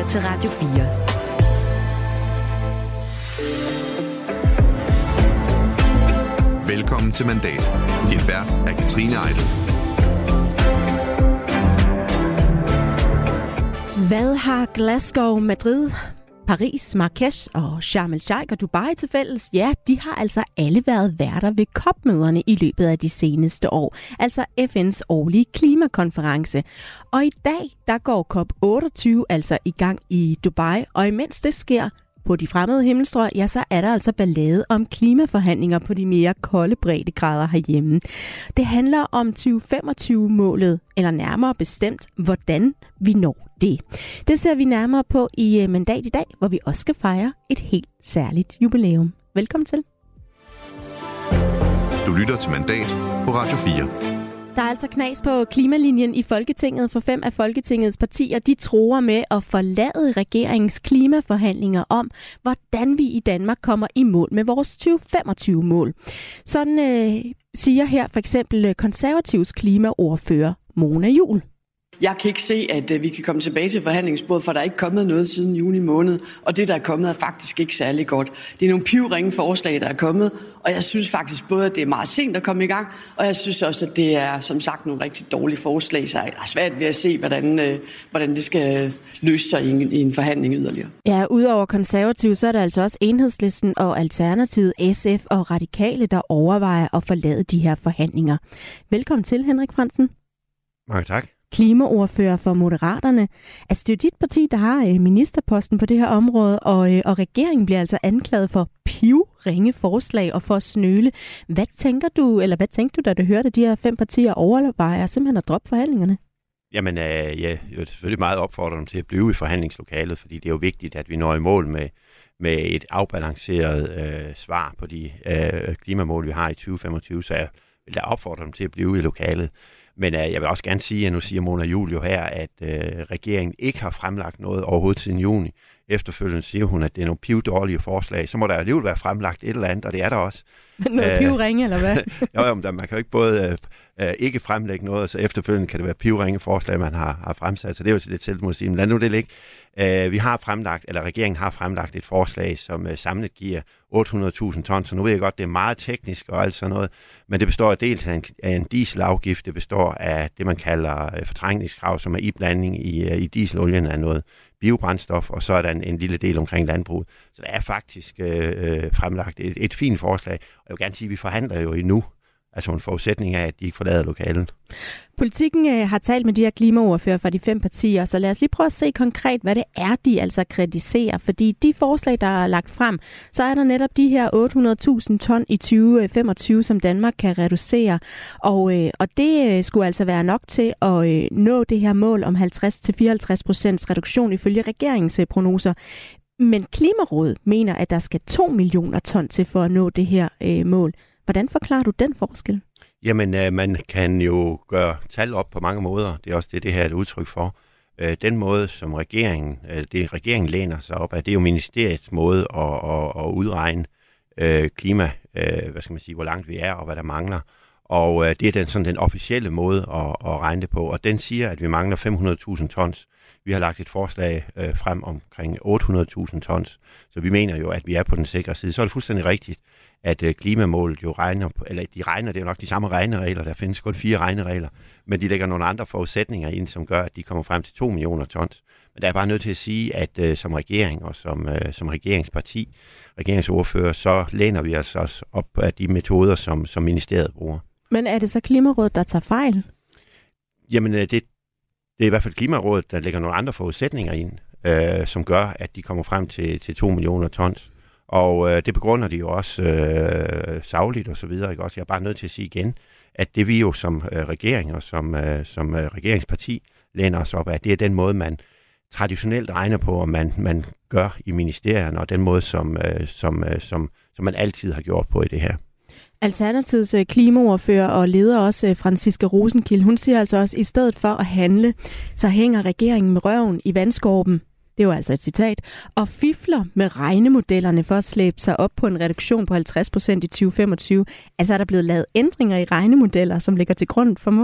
lytter til Radio 4. Velkommen til Mandat. Din vært er Katrine Ejdel. Hvad har Glasgow, Madrid, Paris, Marrakesh og Sharm el-Sheikh og Dubai til fælles? Ja, de har altså alle været værter ved COP-møderne i løbet af de seneste år. Altså FN's årlige klimakonference. Og i dag, der går COP28 altså i gang i Dubai. Og imens det sker på de fremmede himmelstrøg, ja, så er der altså ballade om klimaforhandlinger på de mere kolde breddegrader herhjemme. Det handler om 2025-målet, eller nærmere bestemt, hvordan vi når det. Det ser vi nærmere på i Mandat i dag, hvor vi også skal fejre et helt særligt jubilæum. Velkommen til. Du lytter til Mandat på Radio 4. Der er altså knas på klimalinjen i Folketinget, for 5 af Folketingets partier, de truer med at forlade regeringens klimaforhandlinger om, hvordan vi i Danmark kommer i mål med vores 2025-mål. Sådan siger her for eksempel Konservativs klimaordfører Mona Juul. Jeg kan ikke se, at vi kan komme tilbage til forhandlingsbordet, for der er ikke kommet noget siden juni måned, og det, der er kommet, er faktisk ikke særlig godt. Det er nogle pivringe forslag, der er kommet, og jeg synes faktisk både, at det er meget sent at komme i gang, og jeg synes også, at det er, som sagt, nogle rigtig dårlige forslag, så jeg er svært ved at se, hvordan det skal løse sig i en forhandling yderligere. Ja, udover Konservativ, så er der altså også Enhedslisten og Alternativet, SF og Radikale, der overvejer at forlade de her forhandlinger. Velkommen til, Henrik Frandsen. Mange tak. Klimaordfører for Moderaterne. Altså, det er jo dit parti, der har ministerposten på det her område, og regeringen bliver altså anklaget for pivringe forslag og for at snøle. Hvad tænkte du, da du hørte de her 5 partier overvejer simpelthen at droppe forhandlingerne? Jamen, jeg vil selvfølgelig meget opfordre dem til at blive i forhandlingslokalet, fordi det er jo vigtigt, at vi når i mål med et afbalanceret svar på de klimamål, vi har i 2025, så jeg vil da opfordre dem til at blive i lokalet. Men jeg vil også gerne sige, at nu siger Mona Juul jo her, at regeringen ikke har fremlagt noget overhovedet siden juni. Efterfølgende siger hun, at det er nogle pivdårlige forslag. Så må der alligevel være fremlagt et eller andet, og det er der også. Noget pivringe, eller hvad? Jo, men man kan jo ikke både ikke fremlægge noget, og så efterfølgende kan det være pivringe forslag, man har fremsat. Så det er jo lidt selvmodsigende. Men lad nu det ligge. Regeringen har fremlagt et forslag, som samlet giver 800.000 tons. Så nu ved jeg godt, det er meget teknisk og alt sådan noget, men det består dels af en dieselafgift, det består af det, man kalder fortrængningskrav, som er iblanding i dieselolien af noget biobrændstof, og så er der en lille del omkring landbruget. Så der er faktisk fremlagt et fint forslag. Og jeg vil gerne sige, at vi forhandler jo endnu. Altså en forudsætning af, at de ikke forlader lokalet. Politikken har talt med de her klimaordfører fra de 5 partier, så lad os lige prøve at se konkret, hvad det er, de altså kritiserer. Fordi de forslag, der er lagt frem, så er der netop de her 800.000 ton i 2025, som Danmark kan reducere. Og det skulle altså være nok til at nå det her mål om 50-54% reduktion ifølge regeringens prognoser. Men Klimarådet mener, at der skal 2 millioner ton til for at nå det her mål. Hvordan forklarer du den forskel? Jamen, man kan jo gøre tal op på mange måder. Det er også det her er et udtryk for. Den måde, som regeringen læner sig op af, det er jo ministeriets måde at udregne klima, hvor langt vi er og hvad der mangler. Og det er den officielle måde at regne det på. Og den siger, at vi mangler 500.000 tons. Vi har lagt et forslag frem omkring 800.000 tons. Så vi mener jo, at vi er på den sikre side. Så er det fuldstændig rigtigt, at klimamålet jo regner på, eller de regner, det er jo nok de samme regneregler, der findes kun 4 regneregler, men de lægger nogle andre forudsætninger ind, som gør, at de kommer frem til 2 millioner tons. Men der er bare nødt til at sige, at som regering og som regeringsparti, regeringsordfører, så læner vi os også op af de metoder, som ministeriet bruger. Men er det så Klimarådet, der tager fejl? Jamen, det er i hvert fald Klimarådet, der lægger nogle andre forudsætninger ind, som gør, at de kommer frem til 2 millioner tons. Og det begrunder de jo også sagligt og så videre. Ikke? Også jeg er bare nødt til at sige igen, at det vi jo som regering og som regeringsparti læner os op af, det er den måde, man traditionelt regner på, og man gør i ministerierne, og den måde, som man altid har gjort på i det her. Alternativets klimaordfører og leder også, Franciska Rosenkilde, hun siger altså også, at i stedet for at handle, så hænger regeringen med røven i vandskorben. Det er jo altså et citat. Og fifler med regnemodellerne for at slæbe sig op på en reduktion på 50% i 2025. Altså er der blevet lavet ændringer i regnemodeller, som ligger til grund for målet?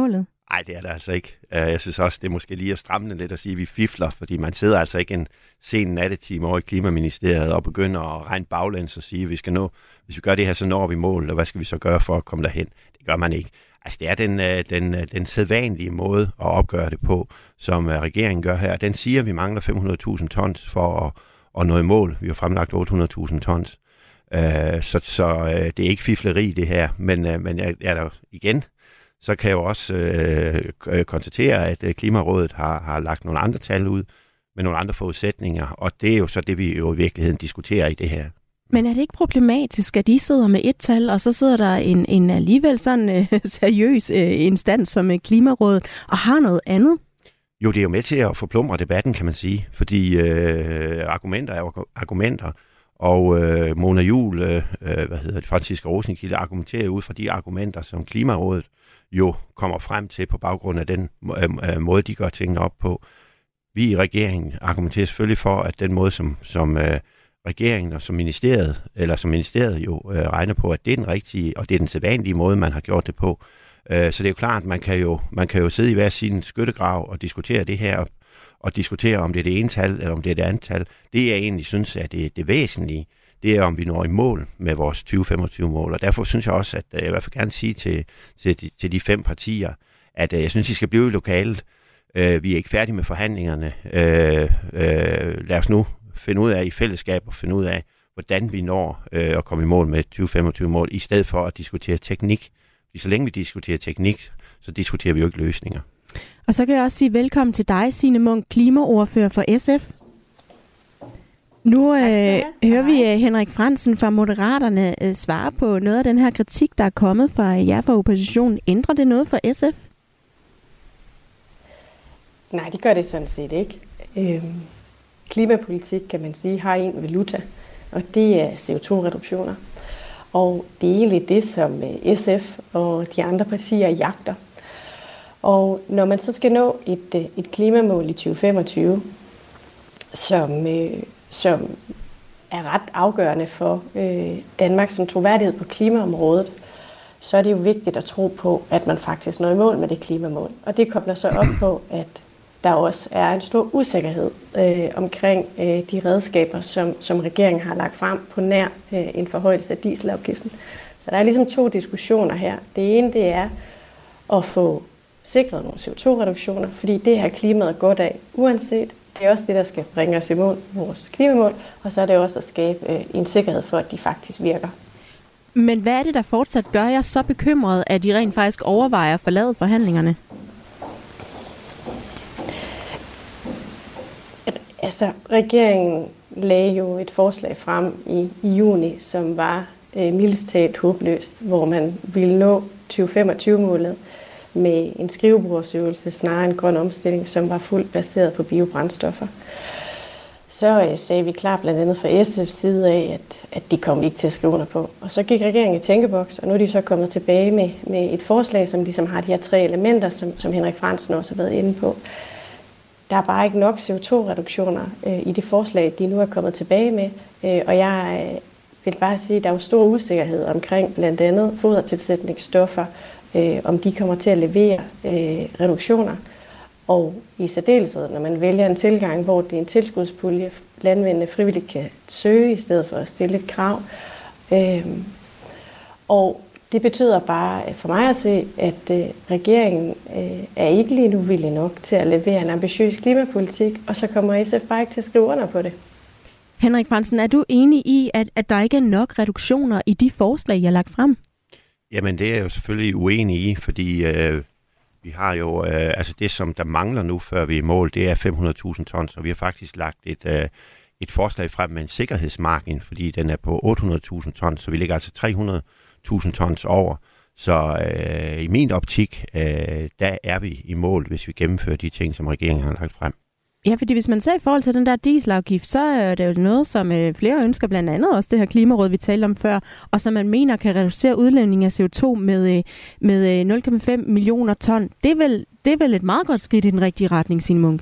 Nej, det er der altså ikke. Jeg synes også, det er måske lige at stramme lidt at sige, at vi fifler, fordi man sidder altså ikke en sen nattetime over i Klimaministeriet og begynder at regne baglæns og sige, at hvis vi gør det her, så når vi mål, og hvad skal vi så gøre for at komme derhen? Det gør man ikke. Altså, det er den sædvanlige måde at opgøre det på, som regeringen gør her. Den siger, at vi mangler 500.000 tons for at nå i mål. Vi har fremlagt 800.000 tons. Så det er ikke fifleri, det her. Men jeg der igen, så kan jeg jo også konstatere, at Klimarådet har lagt nogle andre tal ud med nogle andre forudsætninger, og det er jo så det, vi jo i virkeligheden diskuterer i det her. Men er det ikke problematisk, at de sidder med et tal, og så sidder der en alligevel sådan seriøs instans som Klimarådet, og har noget andet? Jo, det er jo med til at forplumre debatten, kan man sige, fordi argumenter er jo argumenter, og Mona Juul, Franciska Rosenkilde, argumenterer ud fra de argumenter, som Klimarådet jo kommer frem til på baggrund af den måde, de gør tingene op på. Vi i regeringen argumenterer selvfølgelig for, at den måde, som regeringen og som ministeriet jo regner på, at det er den rigtige, og det er den sædvanlige måde, man har gjort det på. Så det er jo klart, man kan jo sidde i hver sin skyttegrav og diskutere det her, og diskutere, om det er det ene tal, eller om det er det andet tal. Det, jeg egentlig synes, er det væsentlige, det er, om vi når i mål med vores 2025-mål. Og derfor synes jeg også, at jeg i hvert fald gerne sige til de 5 partier, at jeg synes, I skal blive i lokalet. Vi er ikke færdige med forhandlingerne. Lad os nu finde ud af i fællesskab og finde ud af, hvordan vi når at komme i mål med 2025-mål, i stedet for at diskutere teknik. Fordi så længe vi diskuterer teknik, så diskuterer vi jo ikke løsninger. Og så kan jeg også sige velkommen til dig, Signe Munk, klimaordfører for SF. Nu hører vi Henrik Frandsen fra Moderaterne svare på noget af den her kritik, der er kommet fra jer fra oppositionen. Ændrer det noget for SF? Nej, det gør det sådan set ikke. Klimapolitik, kan man sige, har en valuta, og det er CO2-reduktioner. Og det er egentlig det, som SF og de andre partier jagter. Og når man så skal nå et klimamål i 2025, som er ret afgørende for Danmark som troværdighed på klimaområdet, så er det jo vigtigt at tro på, at man faktisk når i mål med det klimamål. Og det kobler så op på, at der også er en stor usikkerhed omkring de redskaber, som regeringen har lagt frem på nær en forhøjelse af dieselafgiften. Så der er ligesom 2 diskussioner her. Det ene, det er at få sikret nogle CO2-reduktioner, fordi det her klimaet er godt af uanset. Det er også det, der skal bringe os imod vores klimamål, og så er det også at skabe en sikkerhed for, at de faktisk virker. Men hvad er det, der fortsat gør jer så bekymret, at de rent faktisk overvejer at forlade forhandlingerne? Altså, regeringen lagde jo et forslag frem i juni, som var mildest talt håbløst, hvor man ville nå 2025-målet med en skrivebordsøvelse snarere en grøn omstilling, som var fuldt baseret på biobrændstoffer. Så sagde vi klar blandt andet fra SF's side af, at de kom ikke til at skrive under på. Og så gik regeringen i tænkeboks, og nu er de så kommet tilbage med et forslag, som ligesom har de her 3 elementer, som Henrik Frandsen også har været inde på. Der er bare ikke nok CO2-reduktioner i det forslag, de nu er kommet tilbage med. Og jeg vil bare sige, at der er jo stor usikkerhed omkring blandt andet fodertilsætningsstoffer, om de kommer til at levere reduktioner. Og i særdeleshed, når man vælger en tilgang, hvor det er en tilskudspulje, landmændene frivilligt kan søge, i stedet for at stille et krav. Og det betyder bare for mig at se, at regeringen er ikke lige nu villig nok til at levere en ambitiøs klimapolitik, og så kommer SF bare ikke til at skrive under på det. Henrik Frandsen, er du enig i, at der ikke er nok reduktioner i de forslag, jeg har lagt frem? Jamen, det er jeg jo selvfølgelig uenig i, fordi vi har jo, altså det som der mangler nu, før vi er i mål, det er 500.000 tons, og vi har faktisk lagt et forslag frem med en sikkerhedsmargin, fordi den er på 800.000 tons, så vi ligger altså 300.000 tons over. Så i min optik, der er vi i mål, hvis vi gennemfører de ting, som regeringen har lagt frem. Ja, fordi hvis man ser i forhold til den der dieselafgift, så er det jo noget, som flere ønsker, blandt andet også det her klimaråd, vi talte om før, og som man mener kan reducere udledning af CO2 med 0,5 millioner ton. Det er vel et meget godt skridt i den rigtige retning, Signe Munk?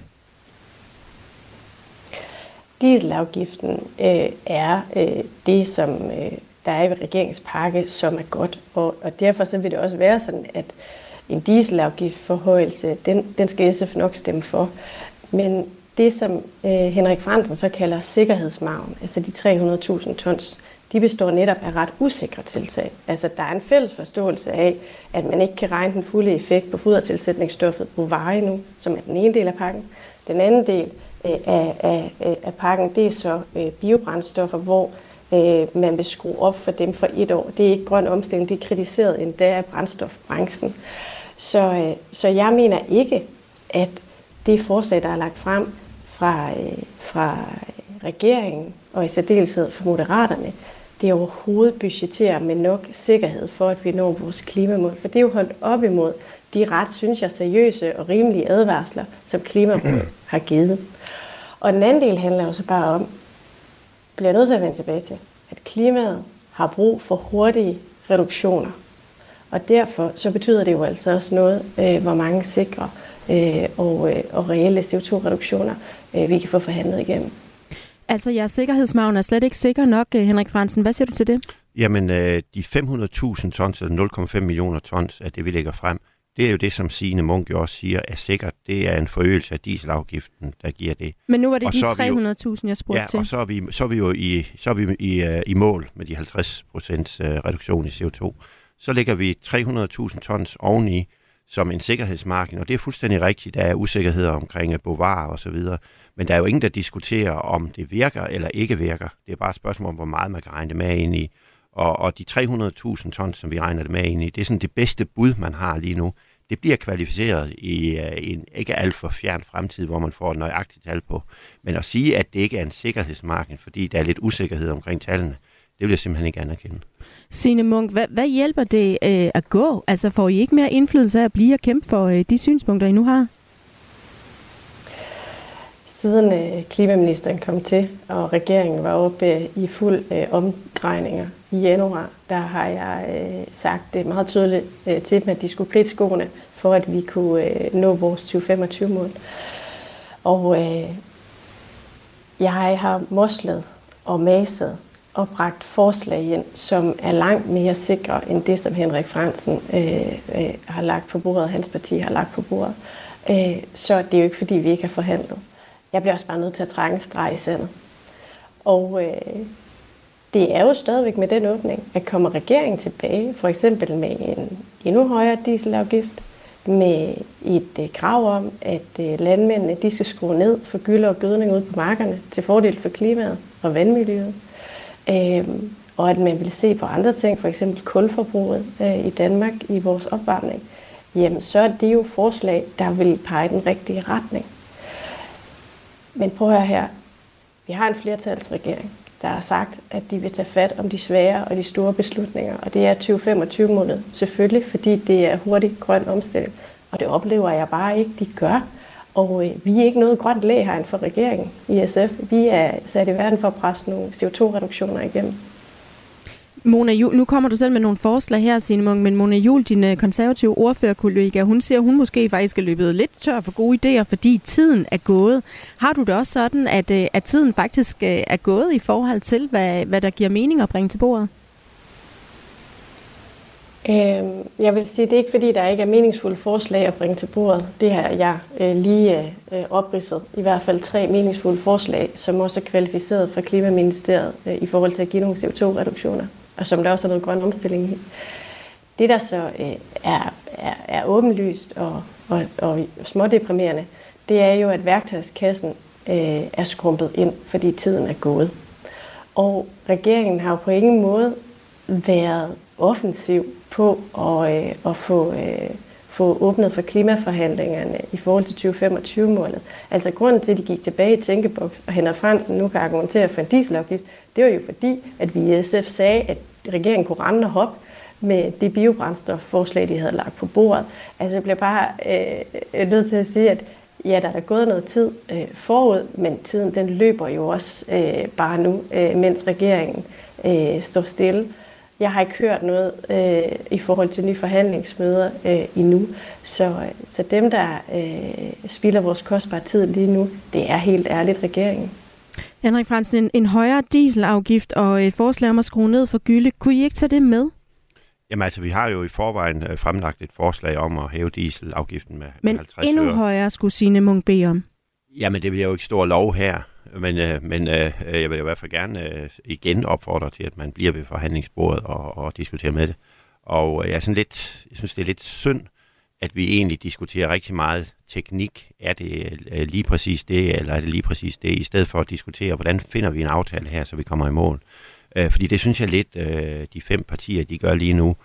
Dieselafgiften er det, som der er i regeringspakke, som er godt, og derfor så vil det også være sådan, at en dieselafgiftforhøjelse, den skal SF nok stemme for. Men det, som Henrik Frandsen så kalder sikkerhedsmargen, altså de 300.000 tons, de består netop af ret usikre tiltag. Altså der er en fælles forståelse af, at man ikke kan regne den fulde effekt på fodertilsætningsstoffet Bovari nu, som er den ene del af pakken. Den anden del af pakken, det er så biobrændstoffer, hvor man vil skrue op for dem for 1 år. Det er ikke grøn omstilling, det er kritiseret endda af brændstofbranchen. Så jeg mener ikke, at det forslag, der er lagt frem fra regeringen, og i særdeleshed for Moderaterne, det er overhovedet budgetterer med nok sikkerhed for, at vi når vores klimamål. For det er jo holdt op imod de ret, synes jeg, seriøse og rimelige advarsler, som Klimarådet har givet. Og den anden del handler jo så bare om, bliver nødt til at vende tilbage til, at klimaet har brug for hurtige reduktioner. Og derfor så betyder det jo altså også noget, hvor mange sikre og reelle CO2-reduktioner vi kan få forhandlet igennem. Altså, jeres sikkerhedsmargen er slet ikke sikker nok, Henrik Frandsen. Hvad siger du til det? Jamen, de 500.000 tons, eller 0,5 millioner tons af det, vi lægger frem, det er jo det, som Signe Munk jo også siger, er sikkert. Det er en forøgelse af dieselafgiften, der giver det. Men nu var det de 300.000, jeg spurgte til. Ja, og så er vi jo i mål med de 50% reduktion i CO2. Så lægger vi 300.000 tons oveni som en sikkerhedsmargin, og det er fuldstændig rigtigt. Der er usikkerheder omkring Bovari og så videre. Men der er jo ingen, der diskuterer, om det virker eller ikke virker. Det er bare et spørgsmål om, hvor meget man kan regne det med ind i. Og de 300.000 tons, som vi regner det med ind i, det er sådan det bedste bud, man har lige nu. Det bliver kvalificeret i en ikke alt for fjern fremtid, hvor man får et nøjagtigt tal på. Men at sige, at det ikke er en sikkerhedsmargin, fordi der er lidt usikkerhed omkring tallene, det vil jeg simpelthen ikke anerkende. Signe Munk, hvad hjælper det at gå? Altså får I ikke mere indflydelse af at blive og kæmpe for de synspunkter, I nu har? Siden klimaministeren kom til, og regeringen var oppe i fuld omdrejninger i januar, der har jeg sagt det meget tydeligt til dem, at de skulle kridte skoene, for at vi kunne nå vores 2025-mål. Og jeg har moslet og maset og bragt forslag ind, som er langt mere sikre end det, som Henrik Frandsen har lagt på bordet, og hans parti har lagt på bordet. Så det er jo ikke, fordi vi ikke har forhandlet. Jeg bliver også bare nødt til at trække en streg i sandet. Og det er jo stadigvæk med den åbning, at kommer regeringen tilbage, for eksempel med en endnu højere dieselafgift, med et krav om, at landmændene de skal skrue ned for gylde og gødning ude på markerne til fordel for klimaet og vandmiljøet. Og at man vil se på andre ting, for eksempel kulforbruget i Danmark i vores opvarmning, jamen så er det jo forslag, der vil pege i den rigtige retning. Men prøv at høre her. Vi har en flertalsregering, der har sagt, at de vil tage fat om de svære og de store beslutninger. Og det er 2025-målet selvfølgelig, fordi det er hurtig grøn omstilling. Og det oplever jeg bare ikke, de gør. Og vi er ikke noget grønt læg herinde for regeringen i SF. Vi er sat i verden for at presse nogle CO2-reduktioner igennem. Mona Juul, nu kommer du selv med nogle forslag her, Signe Munk, men Mona Juul, din konservative ordførerkollega, hun siger, hun måske faktisk er løbet lidt tør for gode idéer, fordi tiden er gået. Har du det også sådan, at tiden faktisk er gået i forhold til, hvad der giver mening at bringe til bordet? Jeg vil sige, det er ikke fordi, der ikke er meningsfulde forslag at bringe til bordet. Det har jeg lige opridset. I hvert fald 3 meningsfulde forslag, som også er kvalificeret fra Klimaministeriet i forhold til at give nogle CO2-reduktioner, og som der også er noget grøn omstilling i. Det, der så er åbenlyst og smådeprimerende, det er jo, at værktøjskassen er skrumpet ind, fordi tiden er gået. Og regeringen har jo på ingen måde været offensiv på at få åbnet for klimaforhandlingerne i forhold til 2025-målet. Altså grunden til, at de gik tilbage i tænkeboks, og Henrik Frandsen nu kan argumentere for en dieselafgift, det var jo fordi, at vi i SF sagde, at regeringen kunne rende og hoppe med det biobrændstofforslag, de havde lagt på bordet. Altså jeg bliver bare nødt til at sige, at ja, der er gået noget tid forud, men tiden den løber jo også bare nu, mens regeringen står stille. Jeg har ikke hørt noget i forhold til nye forhandlingsmøder endnu, så dem, der spilder vores kostbare tid lige nu, det er helt ærligt regeringen. Henrik Frandsen, en højere dieselafgift og et forslag om at skrue ned for gylde, kunne I ikke tage det med? Jamen altså, vi har jo i forvejen fremlagt et forslag om at hæve dieselafgiften med 50 øre. Men endnu højere skulle Signe Munk bede om. Jamen, det vil jeg jo ikke stå og love her, men jeg vil i hvert fald gerne igen opfordre til, at man bliver ved forhandlingsbordet og diskuterer med det. Og jeg synes, det er lidt synd, at vi egentlig diskuterer rigtig meget teknik. Er det lige præcis det, eller er det lige præcis det, i stedet for at diskutere, hvordan finder vi en aftale her, så vi kommer i mål. Fordi det synes jeg lidt, de 5 partier, de gør lige nu.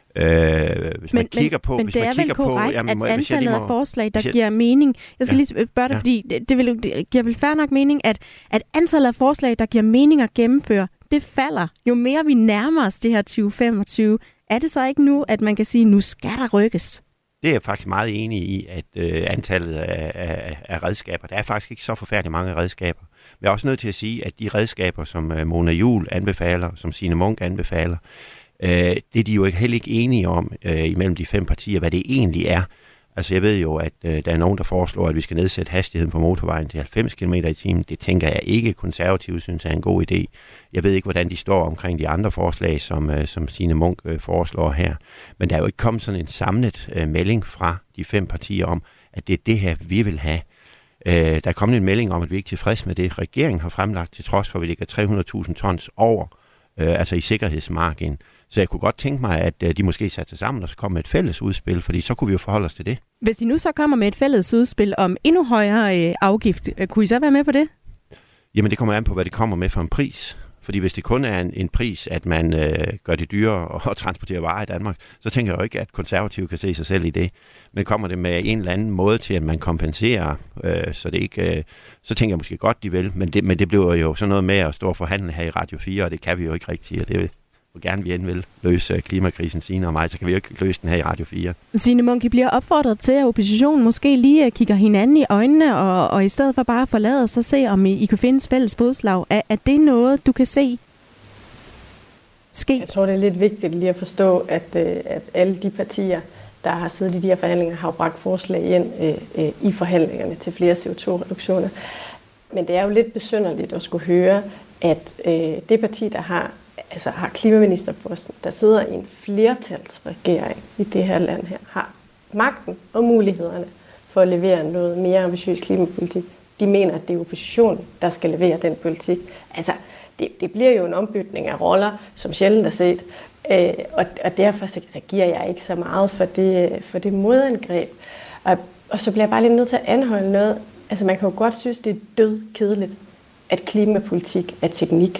Hvis man kigger på... Men det er vel korrekt, at antallet af forslag, der giver mening... Jeg skal lige spørge dig, fordi det giver vel fair nok mening, at antallet af forslag, der giver mening at gennemføre, det falder. Jo mere vi nærmer os det her 2025, er det så ikke nu, at man kan sige, nu skal der rykkes? Det er jeg faktisk meget enig i, at antallet af redskaber, der er faktisk ikke så forfærdeligt mange redskaber. Men jeg er også nødt til at sige, at de redskaber, som Mona Juul anbefaler, som Signe Munk anbefaler, det er de jo heller ikke enige om imellem de 5 partier, hvad det egentlig er. Altså jeg ved jo, at der er nogen, der foreslår, at vi skal nedsætte hastigheden på motorvejen til 90 km i timen. Det tænker jeg ikke, konservative synes er en god idé. Jeg ved ikke, hvordan de står omkring de andre forslag, som Signe Munk foreslår her. Men der er jo ikke kommet sådan en samlet melding fra de 5 partier om, at det er det her, vi vil have. Der er kommet en melding om, at vi ikke er tilfreds med det, regeringen har fremlagt, til trods for, at vi ligger 300.000 tons over, altså i sikkerhedsmargin. Så jeg kunne godt tænke mig, at de måske satte sig sammen og så kom med et fælles udspil, fordi så kunne vi jo forholde os til det. Hvis de nu så kommer med et fælles udspil om endnu højere afgift, kunne I så være med på det? Jamen det kommer an på, hvad det kommer med for en pris. Fordi hvis det kun er en pris, at man gør det dyrere at transportere varer i Danmark, så tænker jeg jo ikke, at konservative kan se sig selv i det. Men kommer det med en eller anden måde til, at man kompenserer, så det ikke, så tænker jeg måske godt, de vil. Men det bliver jo sådan noget med at stå og forhandle her i Radio 4, og det kan vi jo ikke rigtigt, og det vil gerne vi end vil løse klimakrisen Signe og mig, så kan vi jo ikke løse den her i Radio 4. Signe Munk, I bliver opfordret til, at oppositionen måske lige kigger hinanden i øjnene, og i stedet for bare at forlade sig, se om I kan finde fælles fodslag. Er det noget, du kan se ske? Jeg tror, det er lidt vigtigt lige at forstå, at alle de partier, der har siddet i de her forhandlinger, har jo bragt forslag ind i forhandlingerne til flere CO2-reduktioner. Men det er jo lidt besynderligt at skulle høre, at det parti, der har klimaministerposten, der sidder i en flertalsregering i det her land her, har magten og mulighederne for at levere noget mere ambitiøs klimapolitik. De mener, at det er oppositionen, der skal levere den politik. Altså, det bliver jo en ombytning af roller, som sjældent er set, og derfor så giver jeg ikke så meget for det modangreb. Og så bliver jeg bare lidt nødt til at anholde noget. Altså, man kan jo godt synes, det er død kedeligt, at klimapolitik er teknik.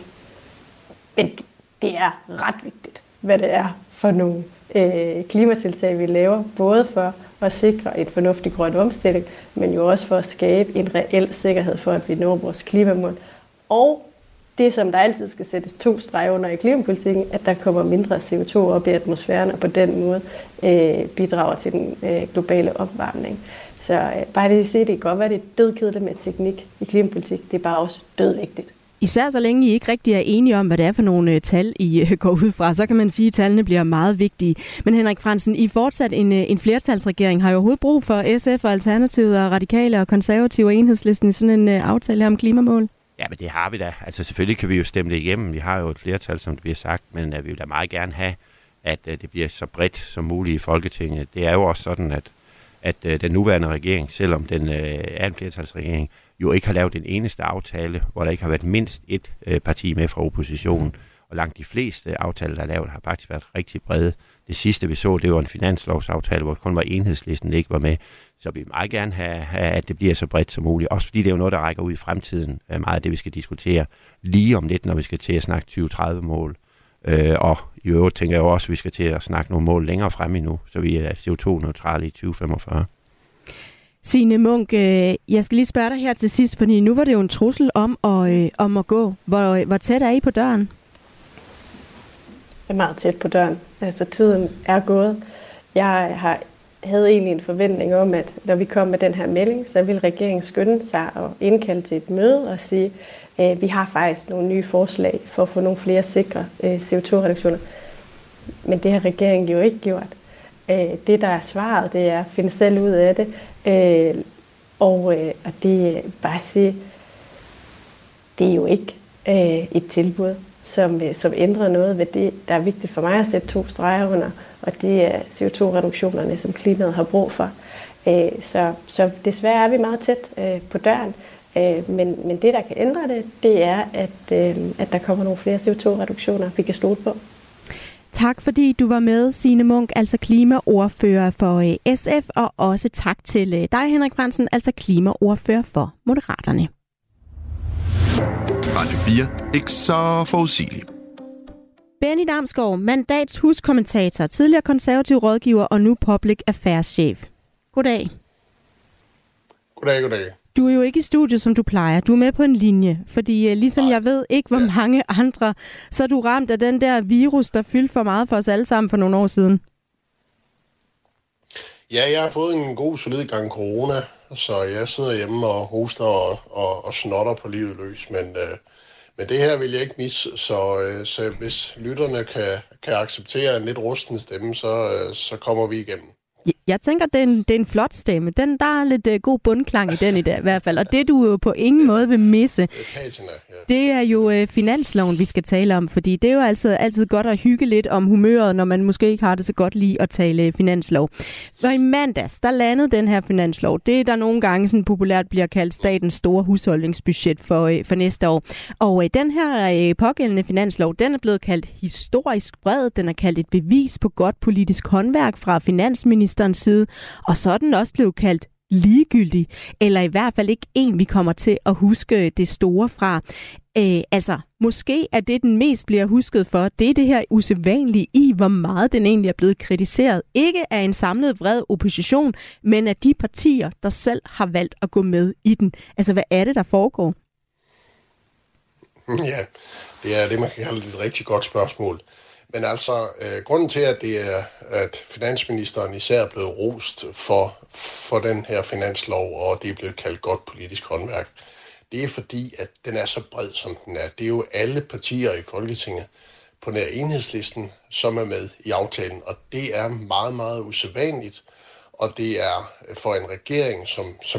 Men det er ret vigtigt, hvad det er for nogle klimatiltag, vi laver, både for at sikre en fornuftig grøn omstilling, men jo også for at skabe en reel sikkerhed for, at vi når vores klimamål. Og det, som der altid skal sættes 2 streger under i klimapolitikken, at der kommer mindre CO2 op i atmosfæren, og på den måde bidrager til den globale opvarmning. Så bare det at se, det kan godt være, det er dødkedeligt med teknik i klimapolitik. Det er bare også dødvigtigt. Især så længe I ikke rigtig er enige om, hvad det er for nogle tal, I går ud fra, så kan man sige, at tallene bliver meget vigtige. Men Henrik Frandsen, I fortsat en flertalsregering. Har I overhovedet brug for SF og Alternativet og Radikale og Konservative og Enhedslisten i sådan en aftale om klimamål? Ja, men det har vi da. Altså selvfølgelig kan vi jo stemme det igennem. Vi har jo et flertal, som det bliver sagt, men vi vil da meget gerne have, at det bliver så bredt som muligt i Folketinget. Det er jo også sådan, at den nuværende regering, selvom den er en flertalsregering, jo ikke har lavet den eneste aftale, hvor der ikke har været mindst et parti med fra oppositionen. Og langt de fleste aftaler, der er lavet, har faktisk været rigtig brede. Det sidste, vi så, det var en finanslovsaftale, hvor kun var Enhedslisten, ikke var med. Så vi vil meget gerne have, at det bliver så bredt som muligt. Også fordi det er jo noget, der rækker ud i fremtiden. Meget af det, vi skal diskutere lige om lidt, når vi skal til at snakke 2030-mål. Og i øvrigt tænker jeg jo også, at vi skal til at snakke nogle mål længere frem endnu, så vi er CO2-neutrale i 2045. Signe Munk, jeg skal lige spørge dig her til sidst, fordi nu var det jo en trussel om at gå. Hvor tæt er I på døren? Jeg er meget tæt på døren. Altså, tiden er gået. Jeg havde egentlig en forventning om, at når vi kom med den her melding, så ville regeringen skynde sig og indkalde til et møde og sige, at vi har faktisk nogle nye forslag for at få nogle flere sikre CO2-reduktioner. Men det har regeringen jo ikke gjort. Det, der er svaret, det er at finde selv ud af det. Og det bare sige, det er jo ikke et tilbud. som ændrer noget ved det, der er vigtigt for mig at sætte 2 streger under, og det er CO2-reduktionerne, som klimaet har brug for. Så desværre er vi meget tæt på døren, men det, der kan ændre det er, at der kommer nogle flere CO2-reduktioner, vi kan stole på. Tak fordi du var med, Signe Munk, altså klimaordfører for SF, og også tak til dig, Henrik Frandsen, altså klimaordfører for Moderaterne. Radio 4. Ikke så forudsigelig. Benny Damsgaard, Mandats huskommentator, tidligere konservativ rådgiver og nu public affairs chef. Goddag. Goddag. Du er jo ikke i studiet, som du plejer. Du er med på en linje, fordi ligesom jeg ved ikke, hvor mange andre, så er du ramt af den der virus, der fyldte for meget for os alle sammen for nogle år siden. Ja, jeg har fået en god, solid gang corona, så jeg sidder hjemme og hoster og snotter på livet løs. Men det her vil jeg ikke misse, så hvis lytterne kan acceptere en lidt rusten stemme, så kommer vi igennem. Jeg tænker, det er en flot stemme. Der er lidt god bundklang i den i hvert fald. Og det, du jo på ingen måde vil misse, det er jo finansloven, vi skal tale om. Fordi det er jo altid godt at hygge lidt om humøret, når man måske ikke har det så godt lige at tale finanslov. For i mandags, der landede den her finanslov. Det, der nogle gange sådan populært bliver kaldt statens store husholdningsbudget for næste år. Og den her pågældende finanslov, den er blevet kaldt historisk bred. Den er kaldt et bevis på godt politisk håndværk fra finansministerens side, og så er den også blevet kaldt ligegyldig, eller i hvert fald ikke en, vi kommer til at huske det store fra. Måske er det, den mest bliver husket for, det er det her usædvanlige i, hvor meget den egentlig er blevet kritiseret. Ikke af en samlet vred opposition, men af de partier, der selv har valgt at gå med i den. Altså, hvad er det, der foregår? Ja, det er det, man kan kalde et rigtig godt spørgsmål. Men altså, grunden til, at finansministeren især er blevet rost for den her finanslov, og det er blevet kaldt godt politisk håndværk, det er fordi, at den er så bred, som den er. Det er jo alle partier i Folketinget på nær Enhedslisten, som er med i aftalen, og det er meget, meget usædvanligt, og det er for en regering,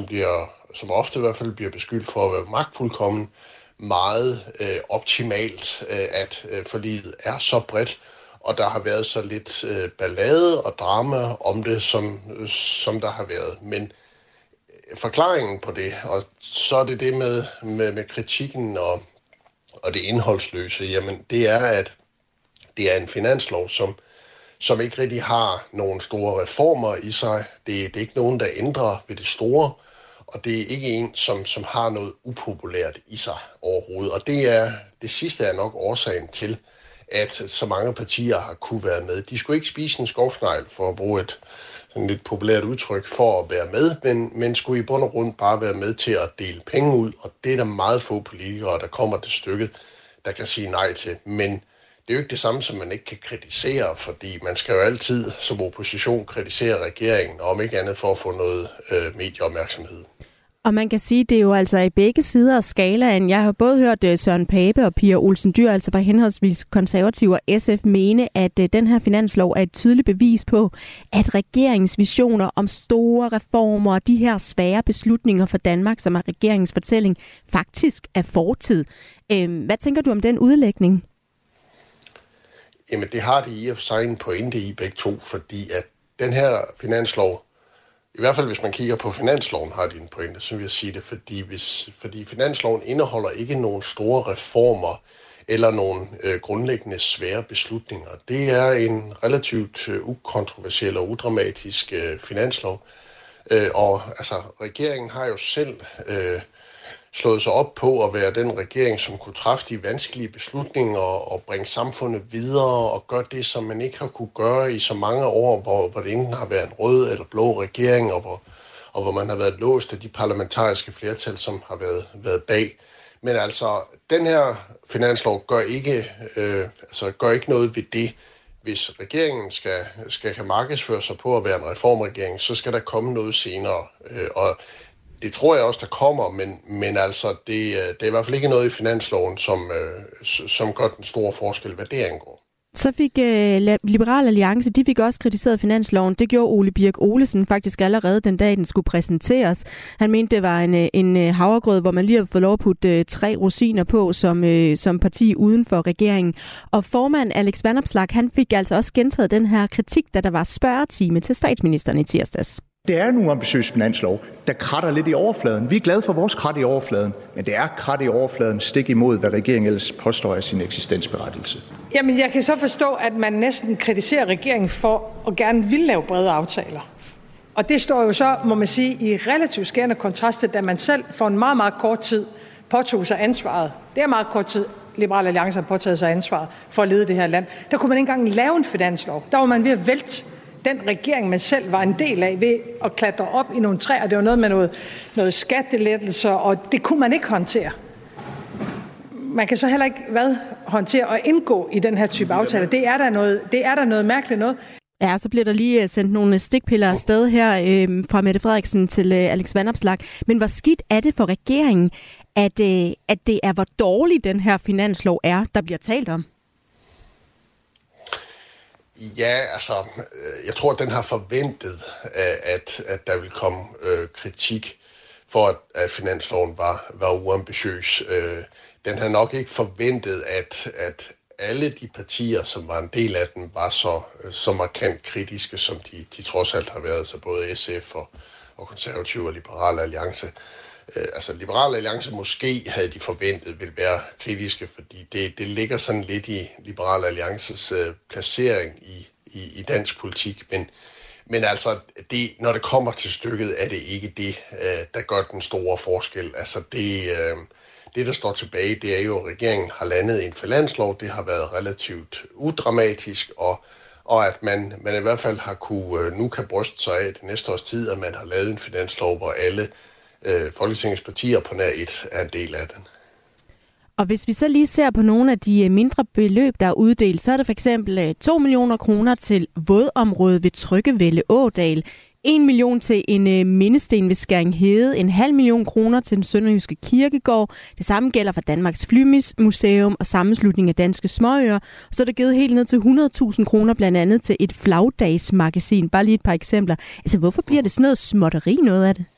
som ofte i hvert fald bliver beskyldt for at være magtfuldkommen, meget optimalt, at forliget er så bredt, og der har været så lidt ballade og drama om det, som der har været. Men forklaringen på det, og så er det med kritikken og det indholdsløse, jamen det er, at det er en finanslov, som ikke rigtig har nogen store reformer i sig. Det er ikke nogen, der ændrer ved det store, og det er ikke en, som har noget upopulært i sig overhovedet. Og det sidste er nok årsagen til, at så mange partier har kunne være med. De skulle ikke spise en skovsnegl, for at bruge et sådan lidt populært udtryk, for at være med, men skulle i bund og grund bare være med til at dele penge ud. Og det er der meget få politikere, der kommer til stykket, der kan sige nej til. Men det er jo ikke det samme, som man ikke kan kritisere, fordi man skal jo altid som opposition kritisere regeringen, og om ikke andet for at få noget medieopmærksomhed. Og man kan sige, det er jo altså i begge sider af skalaen. Jeg har både hørt Søren Pape og Pia Olsen Dyhr, altså fra henholdsvis Konservative og SF, mene, at den her finanslov er et tydeligt bevis på, at regeringens visioner om store reformer og de her svære beslutninger for Danmark, som er regeringens fortælling, faktisk er fortid. Hvad tænker du om den udlægning? Jamen, det har det i og for sig en pointe i begge to, fordi at den her finanslov, i hvert fald hvis man kigger på finansloven, har det en pointe, så vil jeg sige det, fordi finansloven indeholder ikke nogen store reformer eller nogen grundlæggende svære beslutninger. Det er en relativt ukontroversiel og udramatisk finanslov, og altså regeringen har jo selv slået sig op på at være den regering, som kunne træffe de vanskelige beslutninger og bringe samfundet videre og gøre det, som man ikke har kunne gøre i så mange år, hvor det enten har været en rød eller blå regering, og hvor man har været låst af de parlamentariske flertal, som har været bag. Men altså, den her finanslov gør ikke noget ved det. Hvis regeringen skal kan markedsføre sig på at være en reformregering, så skal der komme noget senere. Og det tror jeg også, der kommer, men altså, det er i hvert fald ikke noget i finansloven, som gør den store forskel, hvad det angår. Så fik Liberal Alliance, de fik også kritiseret finansloven. Det gjorde Ole Birk Olesen faktisk allerede den dag, den skulle præsenteres. Han mente, det var en havregrød, hvor man lige havde fået lov at putte 3 rosiner på som parti uden for regeringen. Og formand Alex Vanopslagh, han fik altså også gentaget den her kritik, da der var spørgetime til statsministeren i tirsdags. Det er en uambitiøs finanslov, der kratter lidt i overfladen. Vi er glade for vores krat i overfladen, men det er krat i overfladen stik imod, hvad regeringen ellers påstår af sin eksistensberettigelse. Jamen, jeg kan så forstå, at man næsten kritiserer regeringen for at gerne ville lave brede aftaler. Og det står jo så, må man sige, i relativt skærende kontrast til, da man selv for en meget, meget kort tid påtog sig ansvaret. Det er meget kort tid, Liberal Alliance har påtaget sig ansvaret for at lede det her land. Der kunne man ikke engang lave en finanslov. Der var man ved at vælte den regering, man selv var en del af, ved at klatre op i nogle træer. Det var noget med noget skattelettelser, og det kunne man ikke håndtere. Man kan så heller ikke håndtere at indgå i den her type aftaler. Det er der noget mærkeligt noget. Ja, så bliver der lige sendt nogle stikpiller afsted her fra Mette Frederiksen til Alex Vanopslagh. Men hvor skidt er det for regeringen, at det er, hvor dårlig den her finanslov er, der bliver talt om? Ja, altså, jeg tror, at den har forventet, at der vil komme kritik for, at finansloven var uambitiøs. Den har nok ikke forventet, at alle de partier, som var en del af den, var så markant kritiske, som de trods alt har været, så både SF og Konservative og Liberal Alliance. Altså Liberal Alliance måske havde de forventet ville være kritiske, fordi det ligger sådan lidt i Liberal Alliances placering i dansk politik, men altså når det kommer til stykket, er det ikke det, der gør den store forskel. Altså det der står tilbage, det er jo, at regeringen har landet en finanslov. Det har været relativt udramatisk, og at man i hvert fald nu kan bryste sig af det næste års tid, at man har lavet en finanslov, hvor alle Folketingets partier på nær et er en del af den. Og hvis vi så lige ser på nogle af de mindre beløb, der er uddelt, så er det for eksempel 2 millioner kroner til vådområdet ved Tryggevælde Ådal, 1 million til en mindesten ved Skæringhede, 0,5 million kroner til den sønderjyske kirkegård. Det samme gælder for Danmarks Flymuseum og Sammenslutning af Danske Småøer. Så er der givet helt ned til 100.000 kroner blandt andet til et flagdagsmagasin. Bare lige et par eksempler. Altså, hvorfor bliver det sådan noget småtteri noget af det?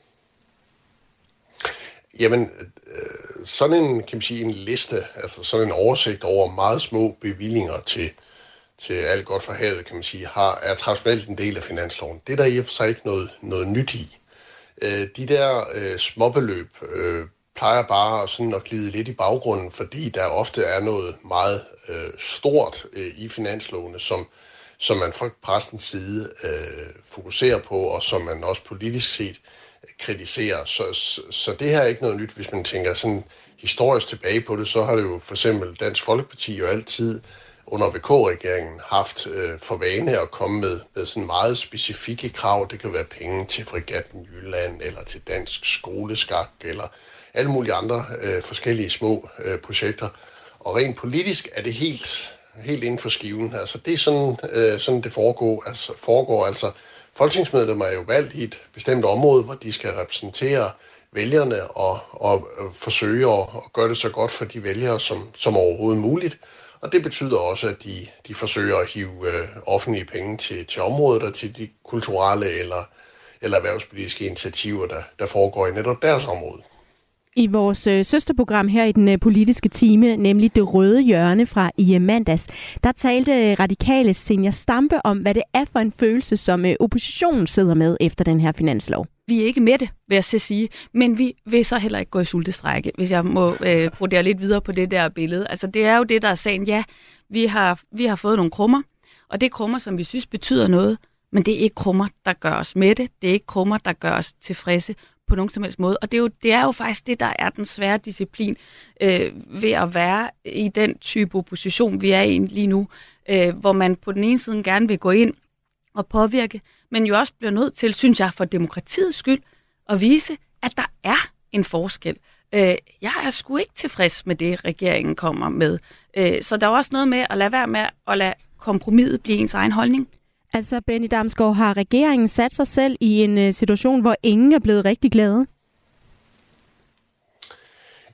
Jamen, sådan en, kan man sige, en liste, altså sådan en oversigt over meget små bevillinger til alt godt for havet, kan man sige, er traditionelt en del af finansloven. Det er der i og for sig ikke noget nyt i. De der småbeløb plejer bare sådan at glide lidt i baggrunden, fordi der ofte er noget meget stort i finanslovene, som man fra præstens side fokuserer på, og som man også politisk set kritiserer. Så det her er ikke noget nyt. Hvis man tænker sådan historisk tilbage på det, så har det jo for eksempel Dansk Folkeparti jo altid under VK-regeringen haft for vane at komme med sådan meget specifikke krav. Det kan være penge til Fregatten Jylland, eller til dansk skoleskak, eller alle mulige andre forskellige små projekter. Og rent politisk er det helt inden for skiven. Altså det er sådan det foregår. Altså folketingsmedlemmer er jo valgt i et bestemt område, hvor de skal repræsentere vælgerne og forsøge at gøre det så godt for de vælgere som overhovedet muligt. Og det betyder også, at de forsøger at hive offentlige penge til området og til de kulturelle eller erhvervspolitiske initiativer, der foregår i netop deres område. I vores søsterprogram her i den politiske time, nemlig Det Røde Hjørne fra i mandags, der talte radikale Zenia Stampe om, hvad det er for en følelse, som oppositionen sidder med efter den her finanslov. Vi er ikke med det, vil jeg så sige, men vi vil så heller ikke gå i sultestrække, hvis jeg må brodere lidt videre på det der billede. Altså det er jo det, der er sagen. Ja, vi har fået nogle krummer, og det er krummer, som vi synes betyder noget, men det er ikke krummer, der gør os med det. Det er ikke krummer, der gør os tilfredse på nogen som helst måde. Og det er jo faktisk det, der er den svære disciplin ved at være i den type opposition, vi er i lige nu, hvor man på den ene side gerne vil gå ind og påvirke, men jo også bliver nødt til, synes jeg, for demokratiets skyld, at vise, at der er en forskel. Jeg er sgu ikke tilfreds med det, regeringen kommer med. Så der er også noget med at lade være med at lade kompromiset blive ens egen holdning. Altså, Benny Damsgaard, har regeringen sat sig selv i en situation, hvor ingen er blevet rigtig glade?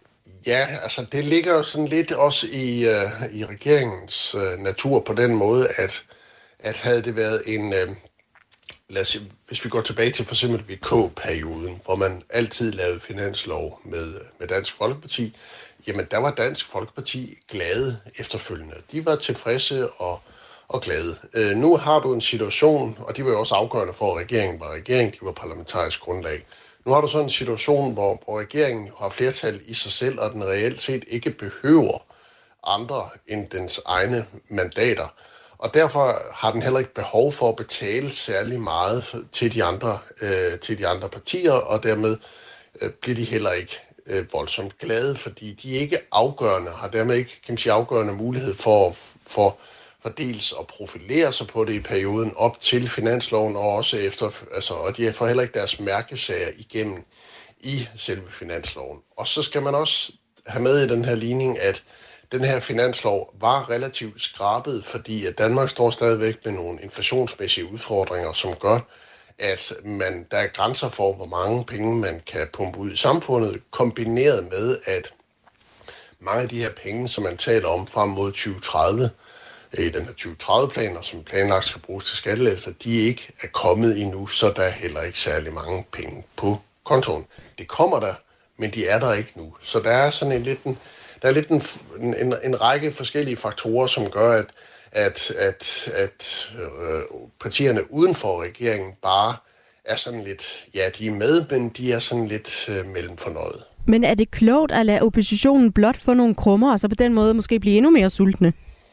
Ja, altså det ligger jo sådan lidt også i regeringens natur på den måde, at havde det været en, lad os sige, hvis vi går tilbage til for eksempel VK-perioden, hvor man altid lavede finanslov med Dansk Folkeparti, jamen der var Dansk Folkeparti glade efterfølgende. De var tilfredse og glade. Nu har du en situation, og det var jo også afgørende for, at regeringen var regering, de var parlamentarisk grundlag. Nu har du så en situation, hvor regeringen har flertal i sig selv, og den reelt set ikke behøver andre end dens egne mandater. Og derfor har den heller ikke behov for at betale særlig meget til de andre partier, og dermed bliver de heller ikke voldsomt glade, fordi de ikke afgørende, har dermed ikke, kan man sige, afgørende mulighed for dels at profilere sig på det i perioden op til finansloven, og også efter, altså, og de får heller ikke deres mærkesager igennem i selve finansloven. Og så skal man også have med i den her ligning, at den her finanslov var relativt skrabet, fordi at Danmark står stadigvæk med nogle inflationsmæssige udfordringer, som gør, at der er grænser for, hvor mange penge man kan pumpe ud i samfundet, kombineret med, at mange af de her penge, som man taler om frem mod 2030, i den her 2030-plan, som planlagt skal bruges til skattelettelser, de ikke er kommet endnu, så der er heller ikke særlig mange penge på kontoen. Det kommer der, men de er der ikke nu. Så der er sådan en række forskellige faktorer, som gør, at partierne uden for regeringen bare er sådan lidt, ja, de er med, men de er sådan lidt mellemfornøjet. Men er det klogt at lade oppositionen blot få nogle krummer, og så på den måde måske blive endnu mere sultne?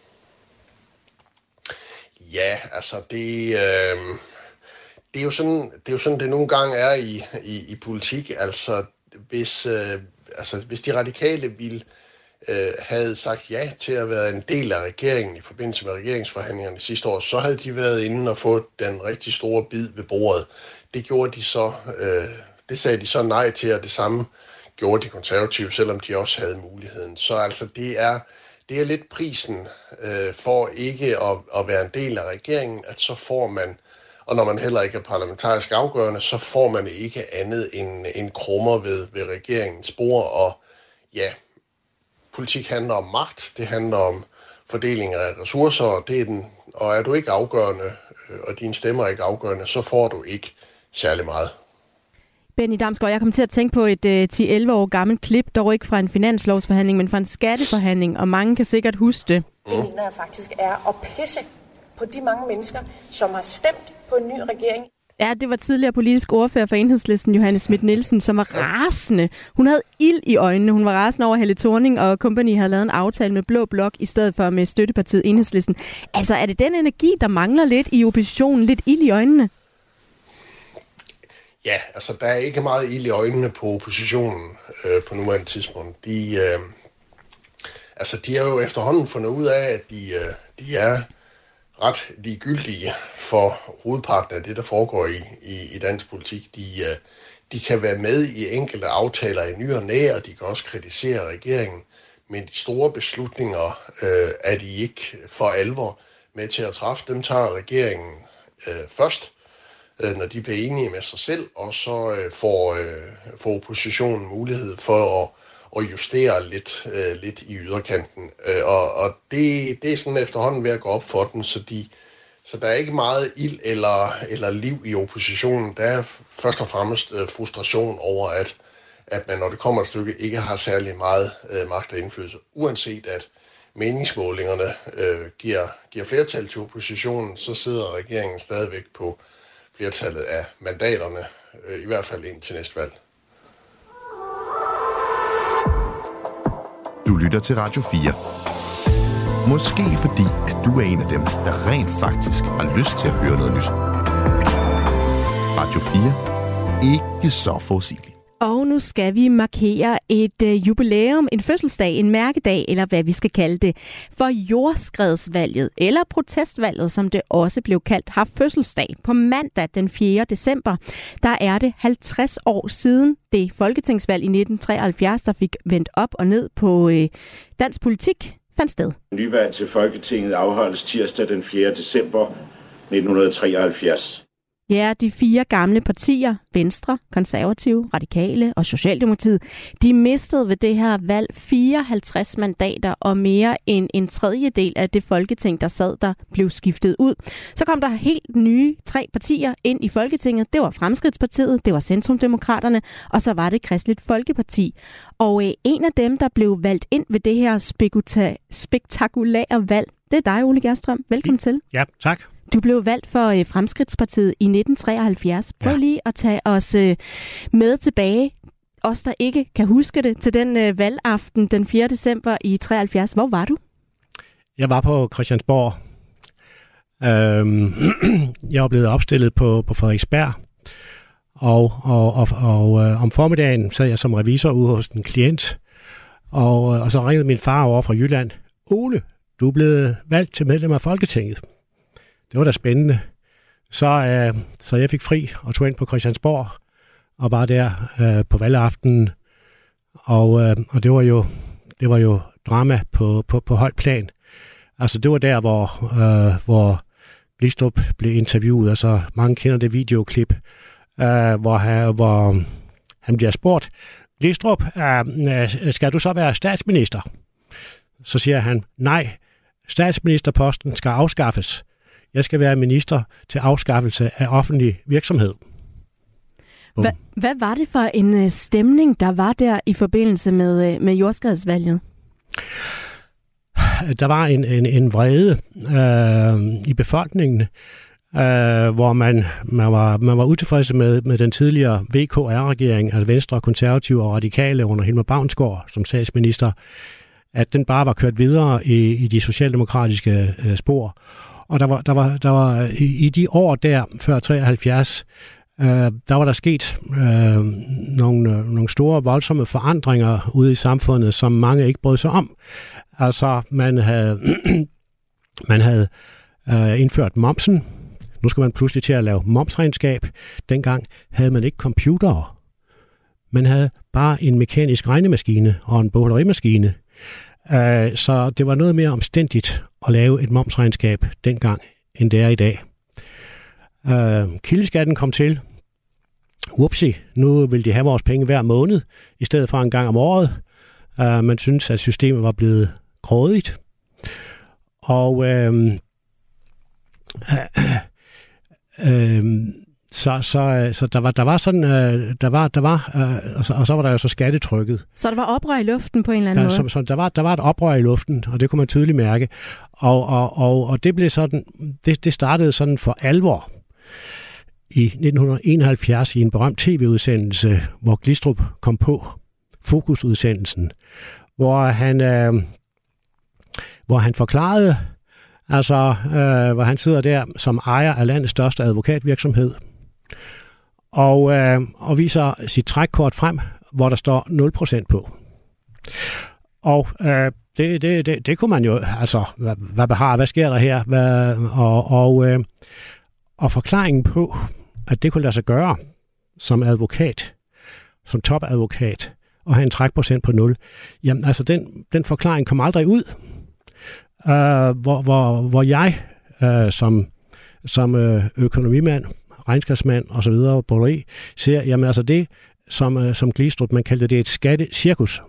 Ja, altså det er jo sådan det nogle gange er i politik. Altså hvis de radikale ville havde sagt ja til at være en del af regeringen i forbindelse med regeringsforhandlingerne sidste år, så havde de været inde og fået den rigtig store bid ved bordet. Det gjorde de så, det sagde de så nej til, og det samme gjorde de konservative, selvom de også havde muligheden. Så altså det er lidt prisen for ikke at være en del af regeringen, at så får man, og når man heller ikke er parlamentarisk afgørende, så får man ikke andet end krummer ved regeringens spor. Og ja, politik handler om magt, det handler om fordeling af ressourcer, og er du ikke afgørende, og dine stemmer er ikke afgørende, så får du ikke særlig meget. Benny Damsgaard, jeg kom til at tænke på et 10-11 år gammelt klip, dog ikke fra en finanslovsforhandling, men fra en skatteforhandling, og mange kan sikkert huske det. Det mener jeg faktisk er at pisse på de mange mennesker, som har stemt på en ny regering. Ja, det var tidligere politisk ordfører for Enhedslisten, Johanne Schmidt-Nielsen, som var rasende. Hun havde ild i øjnene. Hun var rasende over, Helle Thorning og company havde lavet en aftale med Blå Blok i stedet for med støttepartiet Enhedslisten. Altså, er det den energi, der mangler lidt i oppositionen, lidt ild i øjnene? Ja, altså der er ikke meget ild i øjnene på oppositionen på nuværende tidspunkt. De har jo efterhånden fundet ud af, at de er ret ligegyldige for hovedparten af det, der foregår i dansk politik. De kan være med i enkelte aftaler i ny og næ, og de kan også kritisere regeringen, men de store beslutninger er de ikke for alvor med til at træffe. Dem tager regeringen først, når de bliver enige med sig selv, og så får oppositionen mulighed for at justere lidt i yderkanten. Og det er sådan efterhånden ved at gå op for den, så der er ikke meget ild eller liv i oppositionen. Der er først og fremmest frustration over, at man, når det kommer et stykke, ikke har særlig meget magt og indflydelse, uanset at meningsmålingerne giver flertal til oppositionen, så sidder regeringen stadigvæk på flertallet af mandaterne, i hvert fald indtil næste valg. Du lytter til Radio 4. Måske fordi, at du er en af dem, der rent faktisk har lyst til at høre noget nyt. Radio 4. Ikke så forudsigeligt. Og nu skal vi markere et jubilæum, en fødselsdag, en mærkedag, eller hvad vi skal kalde det, for jordskredsvalget, eller protestvalget, som det også blev kaldt, har fødselsdag på mandag den 4. december. Der er det 50 år siden det folketingsvalg i 1973, der fik vendt op og ned på dansk politik, fandt sted. Nyvalg til Folketinget afholdes tirsdag den 4. december 1973. Ja, de 4 gamle partier, Venstre, Konservative, Radikale og Socialdemokratiet, de mistede ved det her valg 54 mandater, og mere end en tredjedel af det folketing, der sad der, blev skiftet ud. Så kom der helt nye 3 partier ind i Folketinget. Det var Fremskridtspartiet, det var Centrumdemokraterne, og så var det Kristeligt Folkeparti. Og en af dem, der blev valgt ind ved det her spektakulære valg, det er dig, Ole Gerstrøm. Velkommen til. Ja, tak. Du blev valgt for Fremskridtspartiet i 1973. Prøv lige at tage os med tilbage, os der ikke kan huske det, til den valgaften den 4. december i 73. Hvor var du? Jeg var på Christiansborg. Jeg var blevet opstillet på Frederiksberg, og om formiddagen sad jeg som revisor ude hos en klient, og så ringede min far over fra Jylland. Ole, du er blevet valgt til medlem af Folketinget. Det var da spændende. Så jeg fik fri og tog ind på Christiansborg og var der på valgaftenen. Og det var jo drama på højt plan. Altså det var der, hvor Glistrup blev interviewet. Altså mange kender det videoklip, hvor han bliver spurgt, Glistrup, skal du så være statsminister? Så siger han, nej, statsministerposten skal afskaffes. Jeg skal være minister til afskaffelse af offentlig virksomhed. Hvad var det for en stemning, der var der i forbindelse med jordskredsvalget? Der var en vrede i befolkningen, hvor man var utilfreds med den tidligere VKR-regering, altså Venstre, Konservative og Radikale under Hilmar Bavnsgaard som statsminister, at den bare var kørt videre i de socialdemokratiske spor. Og der var i de år der, før 73, der var der sket nogle store, voldsomme forandringer ude i samfundet, som mange ikke brød sig om. Altså, man havde indført momsen. Nu skulle man pludselig til at lave momsregnskab. Dengang havde man ikke computere. Man havde bare en mekanisk regnemaskine og en bogholderimaskine. Så det var noget mere omstændigt at lave et momsregnskab dengang, end det er i dag. Kildeskatten kom til. Upsi, nu vil de have vores penge hver måned, i stedet for en gang om året. Man synes, at systemet var blevet grådigt. Og så der var sådan, og så var der jo så skattetrykket. Så der var oprør i luften på en eller anden måde? Så der var et oprør i luften, og det kunne man tydeligt mærke. Og det blev sådan, det startede sådan for alvor i 1971 i en berømt tv-udsendelse, hvor Glistrup kom på, Fokusudsendelsen, hvor han forklarede, altså hvor han sidder der som ejer af landets største advokatvirksomhed, og viser sit trækkort frem, hvor der står 0% på. Og det kunne man jo, altså, hvad sker der her? Og forklaringen på, at det kunne lade sig gøre som advokat, som topadvokat, og have en trækprocent på 0, jamen altså den forklaring kom aldrig ud. Hvor jeg som økonomimand, regnskabsmand og så videre, borgeri, ser, jamen altså det, som Glistrup, man kaldte det et skattecirkus,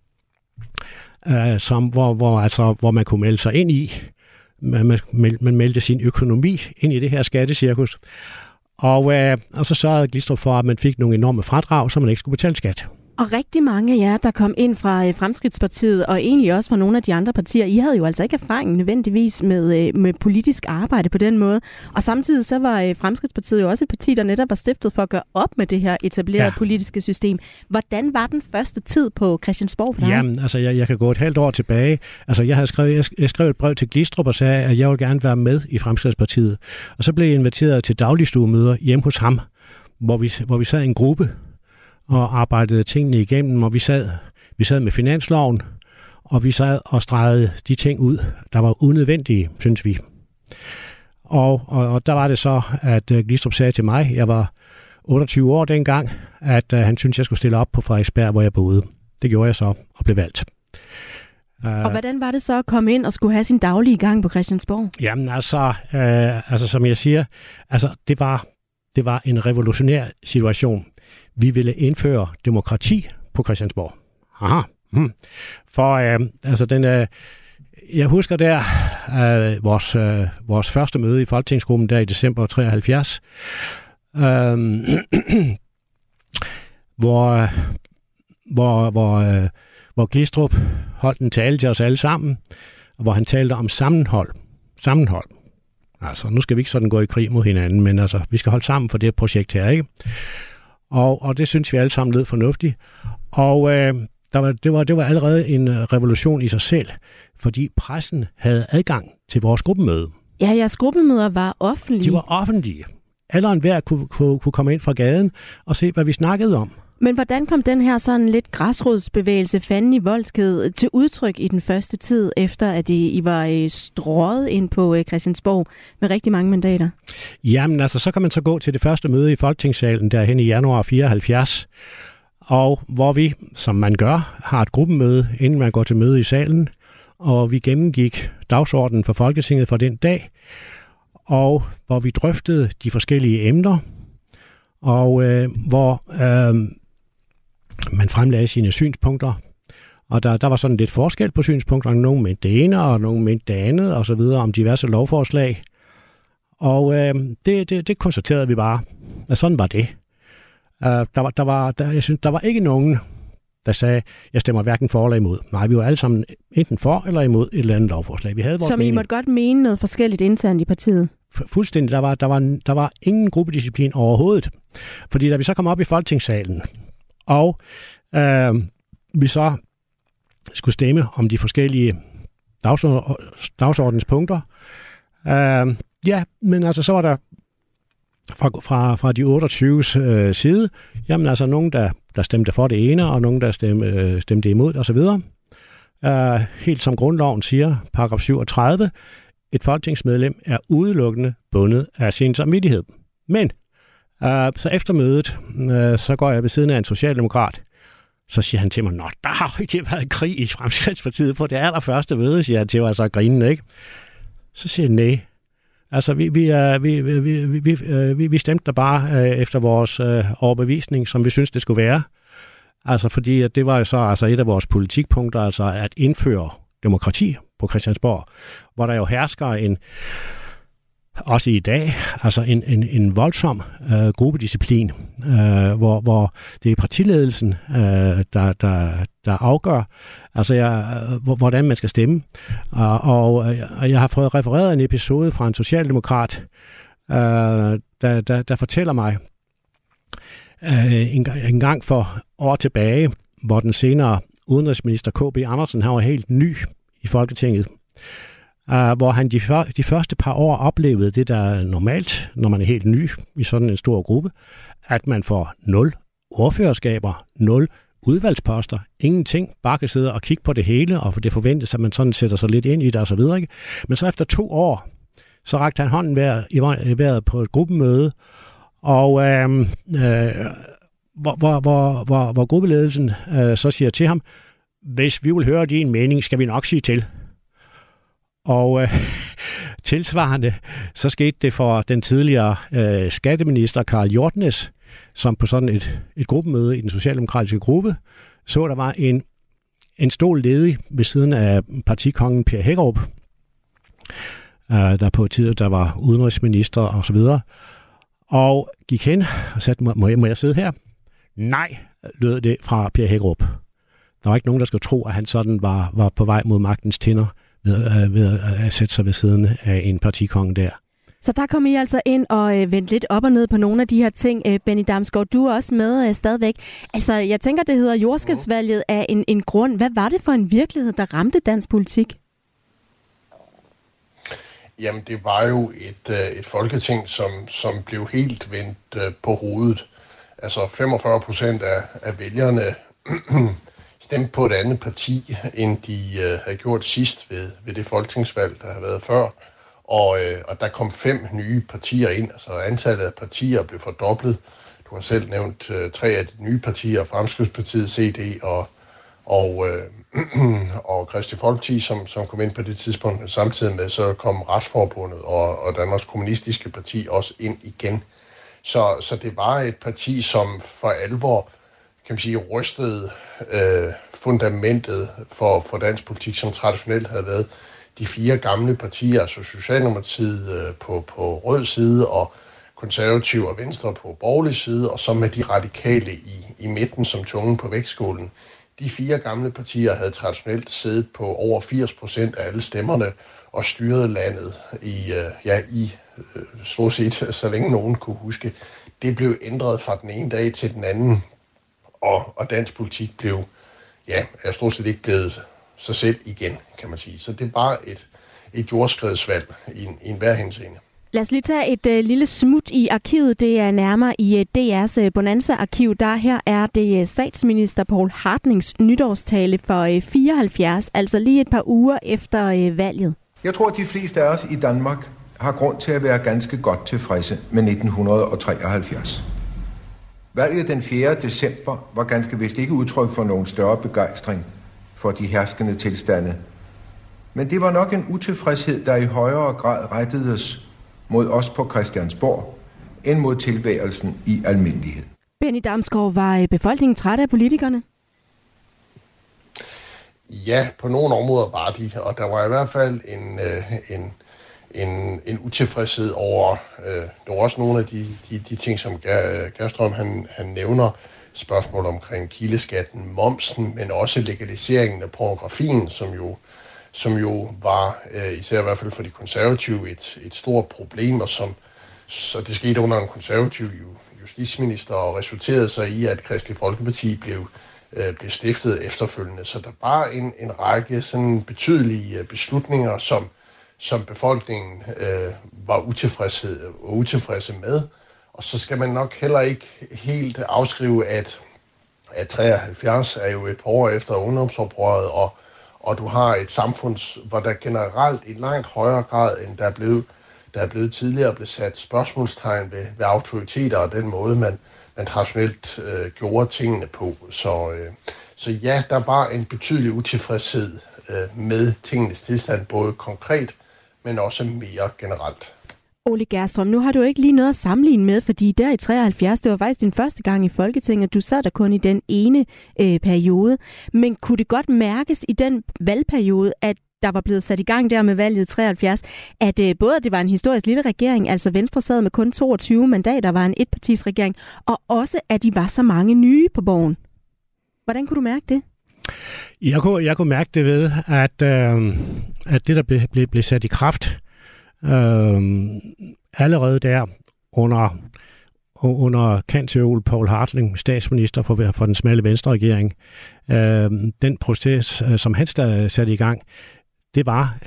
hvor man kunne melde sig ind i. Man meldte sin økonomi ind i det her skattecirkus. Og så sørgede Glistrup for, at man fik nogle enorme fradrag, så man ikke skulle betale skat. Og rigtig mange af jer, der kom ind fra Fremskridtspartiet, og egentlig også fra nogle af de andre partier, I havde jo altså ikke erfaring nødvendigvis med politisk arbejde på den måde. Og samtidig så var Fremskridtspartiet jo også et parti, der netop var stiftet for at gøre op med det her etablerede politiske system. Hvordan var den første tid på Christiansborg for dig? Jamen, altså jeg kan gå et halvt år tilbage. Altså jeg skrev et brev til Glistrup og sagde, at jeg ville gerne være med i Fremskridtspartiet. Og så blev jeg inviteret til dagligstuemøder hjemme hos ham, hvor vi sad i en gruppe og arbejdede tingene igennem, og vi sad med finansloven, og vi sad og stregede de ting ud, der var unødvendige, synes vi. Og der var det så, at Glistrup sagde til mig, jeg var 28 år dengang, at han syntes, jeg skulle stille op på Frederiksberg, hvor jeg boede. Det gjorde jeg så, og blev valgt. Og hvordan var det så at komme ind og skulle have sin daglige gang på Christiansborg? Jamen altså som jeg siger, altså det det var en revolutionær situation. Vi ville indføre demokrati på Christiansborg. Aha. For jeg husker der vores første møde i Folketingsgruppen der i december 73, hvor Glistrup holdt en tale til os alle sammen, hvor han talte om sammenhold. Altså, nu skal vi ikke sådan gå i krig mod hinanden, men altså, vi skal holde sammen for det projekt her, ikke? Og det synes vi alle sammen lød fornuftigt. Og det var allerede en revolution i sig selv, fordi pressen havde adgang til vores gruppemøde. Ja, jeres gruppemøder var offentlige. De var offentlige. Alle og enhver kunne komme ind fra gaden og se, hvad vi snakkede om. Men hvordan kom den her sådan lidt græsrodsbevægelse Fanden i Voldsked til udtryk i den første tid, efter at I var strøget ind på Christiansborg med rigtig mange mandater? Jamen altså, så kan man så gå til det første møde i Folketingssalen derhen i januar 74, og hvor vi, som man gør, har et gruppemøde, inden man går til møde i salen, og vi gennemgik dagsordenen for Folketinget for den dag, og hvor vi drøftede de forskellige emner, og hvor man fremlagde sine synspunkter, og der var sådan lidt forskel på synspunkterne, nogle med det ene, og nogle med det andet, og så videre om diverse lovforslag. Og det konstaterede vi bare, at sådan var det. Jeg synes, der var ikke nogen, der sagde, jeg stemmer hverken for eller imod. Nej, vi var alle sammen enten for eller imod et eller andet lovforslag. Vi havde vores Som mening. I måtte godt mene noget forskelligt internt i partiet? Fuldstændig. Der var ingen gruppedisciplin overhovedet. Fordi da vi så kom op i Folketingssalen, og vi så skulle stemme om de forskellige dagsordenspunkter, men altså så var der fra de 28's side, jamen altså nogen, der stemte for det ene, og nogen, der stemte imod, og så videre. Helt som grundloven siger, paragraf 37, et folketingsmedlem er udelukkende bundet af sin samvittighed. Men så efter mødet, så går jeg ved siden af en socialdemokrat, så siger han til mig, nå, der har ikke været krig i Fremskridtspartiet på det allerførste møde, siger han til mig, så grinende, ikke? Så siger jeg, nej. Altså, vi stemte der bare efter vores overbevisning, som vi synes, det skulle være. Altså, fordi det var jo så altså et af vores politikpunkter, altså at indføre demokrati på Christiansborg, hvor der jo hersker også i dag, altså en voldsom gruppedisciplin, hvor det er partiledelsen, der afgør, altså hvordan man skal stemme. Og jeg har fået refereret en episode fra en socialdemokrat, der fortæller mig en gang for år tilbage, hvor den senere udenrigsminister K.B. Andersen, han var helt ny i Folketinget, hvor han de første par år oplevede det, der er normalt, når man er helt ny i sådan en stor gruppe, at man får 0 ordførerskaber, 0 udvalgsposter, ingenting, bare kan sidde og kigge på det hele, og det forventes, at man sådan sætter sig lidt ind i det og så videre, ikke? Men så efter 2 år, så rakte han hånden i vejret på et gruppemøde, og hvor gruppeledelsen så siger til ham, hvis vi vil høre din mening, skal vi nok sige til. Og tilsvarende, så skete det for den tidligere skatteminister Karl Hjortnes, som på sådan et gruppemøde i den socialdemokratiske gruppe, så der var en stol ledig ved siden af partikongen Per Hækkerup, der på et tid, der var udenrigsminister og så videre, og gik hen og sagde, må jeg sidde her? Nej, lød det fra Per Hækkerup. Der var ikke nogen, der skulle tro, at han sådan var på vej mod magtens tinder ved at sætte sig ved siden af en partikonge der. Så der kom I altså ind og vendte lidt op og ned på nogle af de her ting. Benny Damsgaard, du er også med stadigvæk. Altså, jeg tænker, det hedder jordskælvsvalget af en grund. Hvad var det for en virkelighed, der ramte dansk politik? Jamen, det var jo et folketing, som blev helt vendt på hovedet. Altså 45% af vælgerne stemte på et andet parti, end de havde gjort sidst ved det folketingsvalg, der havde været før. Og der kom 5 nye partier ind, altså antallet af partier blev fordoblet. Du har selv nævnt 3 af de nye partier, Fremskridtspartiet, CD og Kristeligt Folkeparti, som kom ind på det tidspunkt. Samtidig med så kom Retsforbundet og Danmarks Kommunistiske Parti også ind igen. Så det var et parti, som for alvor, kan man sige, rystede fundamentet for dansk politik, som traditionelt havde været de 4 gamle partier, altså Socialdemokratiet på rød side, og Konservative og Venstre på borgerlig side, og så med de radikale i midten som tungen på vægtskålen. De 4 gamle partier havde traditionelt siddet på over 80% af alle stemmerne og styrede landet i stort set, så længe nogen kunne huske. Det blev ændret fra den ene dag til den anden, og dansk politik blev, stort set ikke blevet sig selv igen, kan man sige. Så det var et jordskredsvalg i enhver henseende. Lad os lige tage et lille smut i arkivet. Det er nærmere i DR's Bonanza-arkiv. Her er det statsminister Poul Hartlings nytårstale for 74, altså lige et par uger efter valget. Jeg tror, at de fleste af os i Danmark har grund til at være ganske godt tilfredse med 1973. Valget den 4. december var ganske vist ikke udtryk for nogen større begejstring for de herskende tilstande. Men det var nok en utilfredshed, der i højere grad rettedes mod os på Christiansborg, end mod tilværelsen i almindelighed. Benny Damsgaard, var befolkningen træt af politikerne? Ja, på nogle områder var de, og der var i hvert fald en utilfredshed over, der var også nogle af de ting, som Gerstrøm han nævner, spørgsmål omkring kildeskatten, momsen, men også legaliseringen af pornografien, som jo var, især i hvert fald for de konservative, et stort problem, og så det skete under en konservativ justitsminister, og resulterede sig i, at Kristelig Folkeparti blev stiftet efterfølgende. Så der var en række sådan betydelige beslutninger, som befolkningen var utilfredse med. Og så skal man nok heller ikke helt afskrive, at 73 er jo et par år efter ungdomsoprøret, og du har et samfund, hvor der generelt i langt højere grad, end der er blevet tidligere, blevet sat spørgsmålstegn ved autoriteter og den måde, man traditionelt gjorde tingene på. Så ja, der var en betydelig utilfredshed med tingenes tilstand, både konkret, men også mere generelt. Ole Gerstrøm, nu har du ikke lige noget at sammenligne med, fordi der i 73, det var faktisk din første gang i Folketinget, du sad der kun i den ene periode. Men kunne det godt mærkes i den valgperiode, at der var blevet sat i gang der med valget i 73, at både at det var en historisk lille regering, altså Venstre sad med kun 22 mandater, var en etpartisregering, og også at de var så mange nye på borgen. Hvordan kunne du mærke det? Jeg kunne mærke det ved, at det, der blev sat i kraft, allerede der under kanteol Poul Hartling, statsminister for den smalle Venstre-regering, den proces, som han satte i gang, det var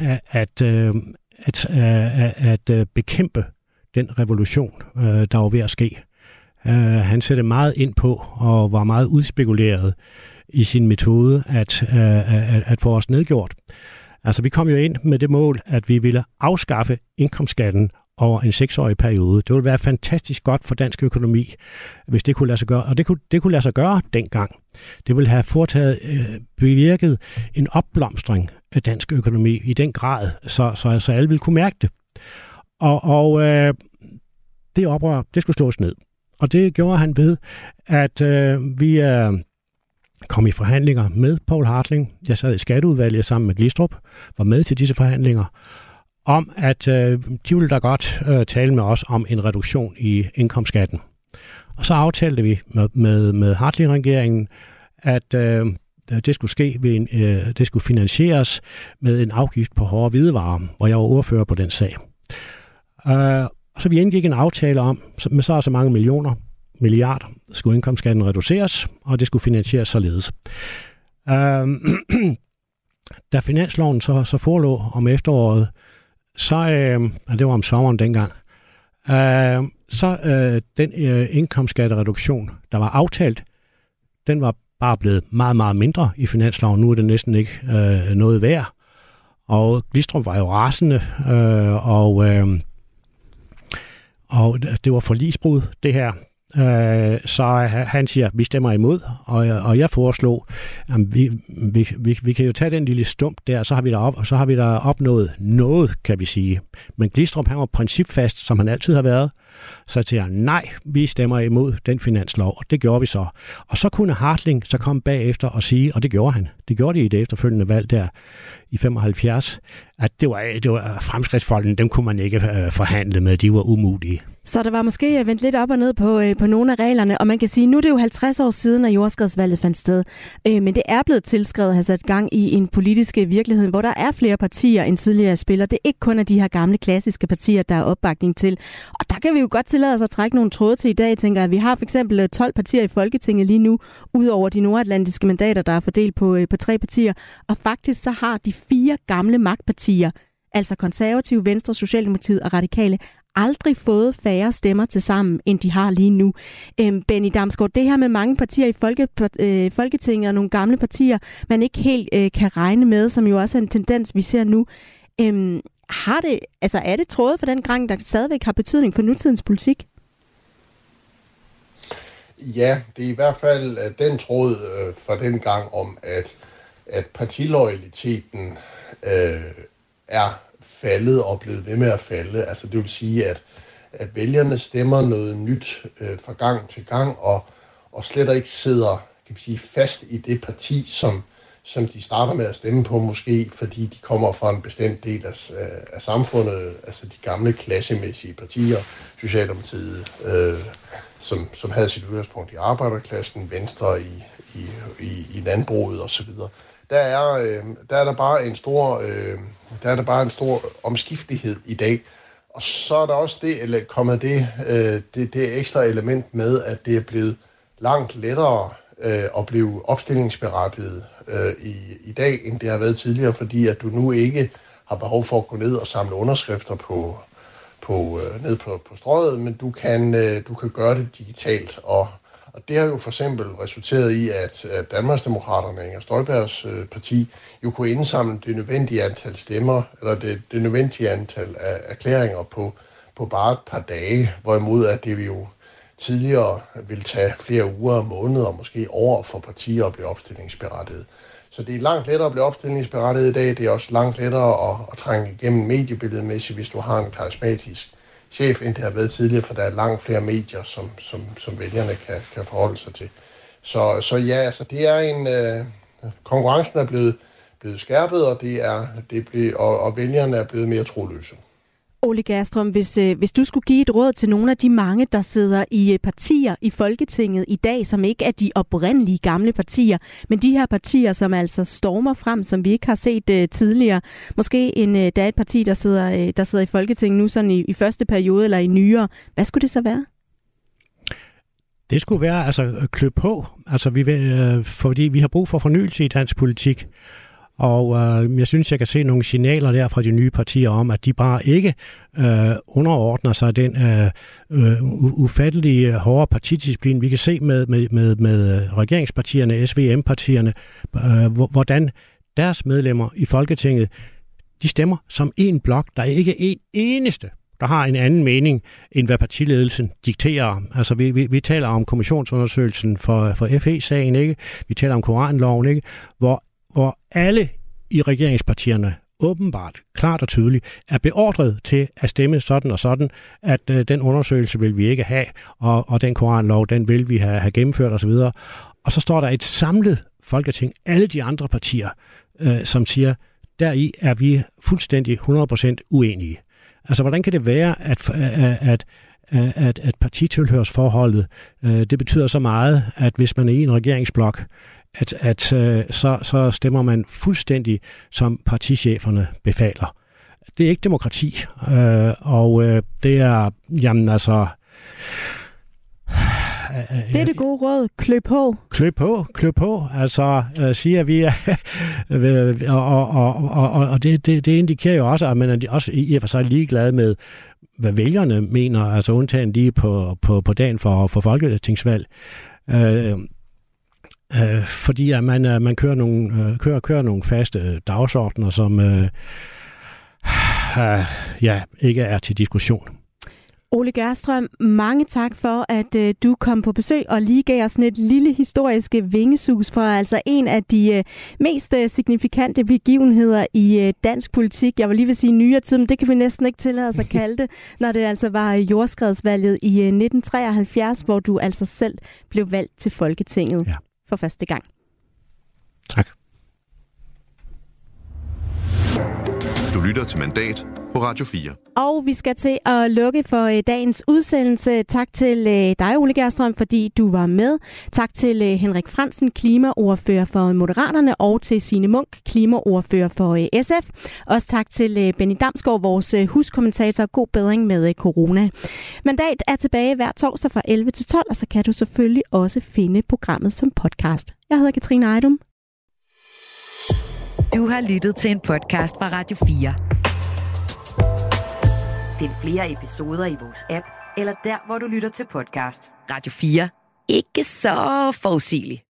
at bekæmpe den revolution, der var ved at ske. Han satte meget ind på og var meget udspekuleret i sin metode at få os nedgjort. Altså, vi kom jo ind med det mål, at vi ville afskaffe indkomstskatten over en 6-årig periode. Det ville være fantastisk godt for dansk økonomi, hvis det kunne lade sig gøre. Og det kunne lade sig gøre dengang. Det ville have bevirket en opblomstring af dansk økonomi i den grad, så alle ville kunne mærke det. Og det oprør, det skulle slås ned. Og det gjorde han ved, at vi kom i forhandlinger med Poul Hartling. Jeg sad i skatteudvalget sammen med Glistrup, var med til disse forhandlinger, om at de ville da godt tale med os om en reduktion i indkomstskatten. Og så aftalte vi med Hartling-regeringen, at det skulle ske det skulle finansieres med en afgift på hårde hvidevarer, hvor jeg var ordfører på den sag. Så vi indgik en aftale om, med så mange milliarder, skulle indkomstskatten reduceres, og det skulle finansieres således. Da finansloven så forelå om efteråret, det var om sommeren dengang, den indkomstskattereduktion, der var aftalt, den var bare blevet meget, meget mindre i finansloven. Nu er det næsten ikke noget værd. Og Glistrup var jo rasende, og det var forligsbrud, det her. Så han siger, vi stemmer imod, og jeg foreslog, at vi kan jo tage den lille stump der, så har vi der opnået noget, kan vi sige. Men Glistrup, han var principfast, som han altid har været, så til han, nej, vi stemmer imod den finanslov, og det gjorde vi så. Og så kunne Hartling så komme bagefter og sige, og det gjorde han, det gjorde de i det efterfølgende valg der i 75, at det var Fremskridtsfolkene, dem kunne man ikke forhandle med, de var umulige. Så der var måske vendt lidt op og ned på nogle af reglerne, og man kan sige, nu er det jo 50 år siden, at jordskredsvalget fandt sted. Men det er blevet tilskrevet at have sat gang i en politisk virkelighed, hvor der er flere partier end tidligere spillere. Det er ikke kun af de her gamle klassiske partier, der er opbakning til. Og der kan vi jo godt tillade os at trække nogle tråde til i dag, tænker jeg. Vi har for eksempel 12 partier i Folketinget lige nu, ud over de nordatlantiske mandater, der er fordelt på 3 partier. Og faktisk så har de 4 gamle magtpartier, altså Konservative, Venstre, Socialdemokratiet og Radikale, aldrig fået færre stemmer til sammen, end de har lige nu. Benny Damsgaard, det her med mange partier i Folketinget og nogle gamle partier, man ikke helt kan regne med, som jo også er en tendens, vi ser nu. Er det trådet for den gang, der stadigvæk har betydning for nutidens politik? Ja, det er i hvert fald den tråd fra den gang om, at partiloyaliteten er faldet og blevet ved med at falde. Altså det vil sige, at vælgerne stemmer noget nyt fra gang til gang, og slet ikke sidder, kan vi sige, fast i det parti, som de starter med at stemme på, måske fordi de kommer fra en bestemt del af samfundet, altså de gamle klassemæssige partier, Socialdemokratiet, som havde sit udgangspunkt i arbejderklassen, Venstre i landbruget osv. Der er der bare en stor omskiftelighed i dag. Og så er der også kommet det ekstra element med, at det er blevet langt lettere at blive opstillingsberettiget i dag, end det har været tidligere, fordi at du nu ikke har behov for at gå ned og samle underskrifter ned på strøget, men du kan gøre det digitalt. Og det har jo for eksempel resulteret i, at Danmarksdemokraterne, Inger Støjbergs parti, jo kunne indsamle det nødvendige antal stemmer, eller det nødvendige antal af erklæringer på bare et par dage, hvorimod at det jo tidligere ville tage flere uger og måneder, og måske år for partier at blive opstillingsberettiget. Så det er langt lettere at blive opstillingsberettiget i dag. Det er også langt lettere at trænge igennem mediebilledmæssigt, hvis du har en karismatisk chef, end det har været tidligere, for der er langt flere medier, som vælgerne kan forholde sig til. Så ja, altså det er konkurrencen er blevet skærpet, og vælgerne er blevet mere troløse. Ole Gerstrøm, hvis du skulle give et råd til nogle af de mange, der sidder i partier i Folketinget i dag, som ikke er de oprindelige gamle partier, men de her partier, som altså stormer frem, som vi ikke har set tidligere. Måske der er et parti, der sidder i Folketinget nu sådan i første periode eller i nyere. Hvad skulle det så være? Det skulle være klø på, fordi vi har brug for fornyelse i dansk politik. Og jeg synes, jeg kan se nogle signaler der fra de nye partier om, at de bare ikke underordner sig den ufattelige hårde partidisciplin. Vi kan se med regeringspartierne, SVM-partierne, hvordan deres medlemmer i Folketinget, de stemmer som en blok. Der er ikke en eneste, der har en anden mening, end hvad partiledelsen dikterer. Altså, vi taler om kommissionsundersøgelsen for FE-sagen, ikke? Vi taler om Koranloven, ikke? Hvor alle i regeringspartierne åbenbart, klart og tydeligt, er beordret til at stemme sådan og sådan, at den undersøgelse vil vi ikke have, og den koranlov, den vil vi have gennemført osv. Og så står der et samlet Folketing, alle de andre partier, som siger, deri er vi fuldstændig 100% uenige. Altså, hvordan kan det være, at partitilhørsforholdet, det betyder så meget, at hvis man er i en regeringsblok, så stemmer man fuldstændig, som particheferne befaler. Det er ikke demokrati, og det er, det er det gode råd. Klø på. Klø på. Altså, siger vi, og det indikerer jo også, at man er også i og for sig ligeglad med, hvad vælgerne mener, altså undtagen lige på dagen for folketingsvalg. Fordi at man kører nogle faste dagsordner, som ikke er til diskussion. Ole Gerstrøm, mange tak for, at du kom på besøg og lige gav os et lille historisk vingesus for altså en af de mest signifikante begivenheder i dansk politik. Jeg var lige ved sige nyere tid, men det kan vi næsten ikke tillade os at kalde det, når det altså var jordskredsvalget i 1973, hvor du altså selv blev valgt til Folketinget for første gang. Tak. Du lytter til Mandat på Radio 4. Og vi skal til at lukke for dagens udsendelse. Tak til dig, Ole Gerstrøm, fordi du var med. Tak til Henrik Frandsen, klimaordfører for Moderaterne, og til Signe Munk, klimaordfører for SF. Også tak til Benny Damsgaard, vores huskommentator. God bedring med corona. Mandat er tilbage hver torsdag fra 11 til 12, og så kan du selvfølgelig også finde programmet som podcast. Jeg hedder Katrine Ejdum. Du har lyttet til en podcast fra Radio 4. Find flere episoder i vores app, eller der, hvor du lytter til podcast. Radio 4. Ikke så forudsigeligt.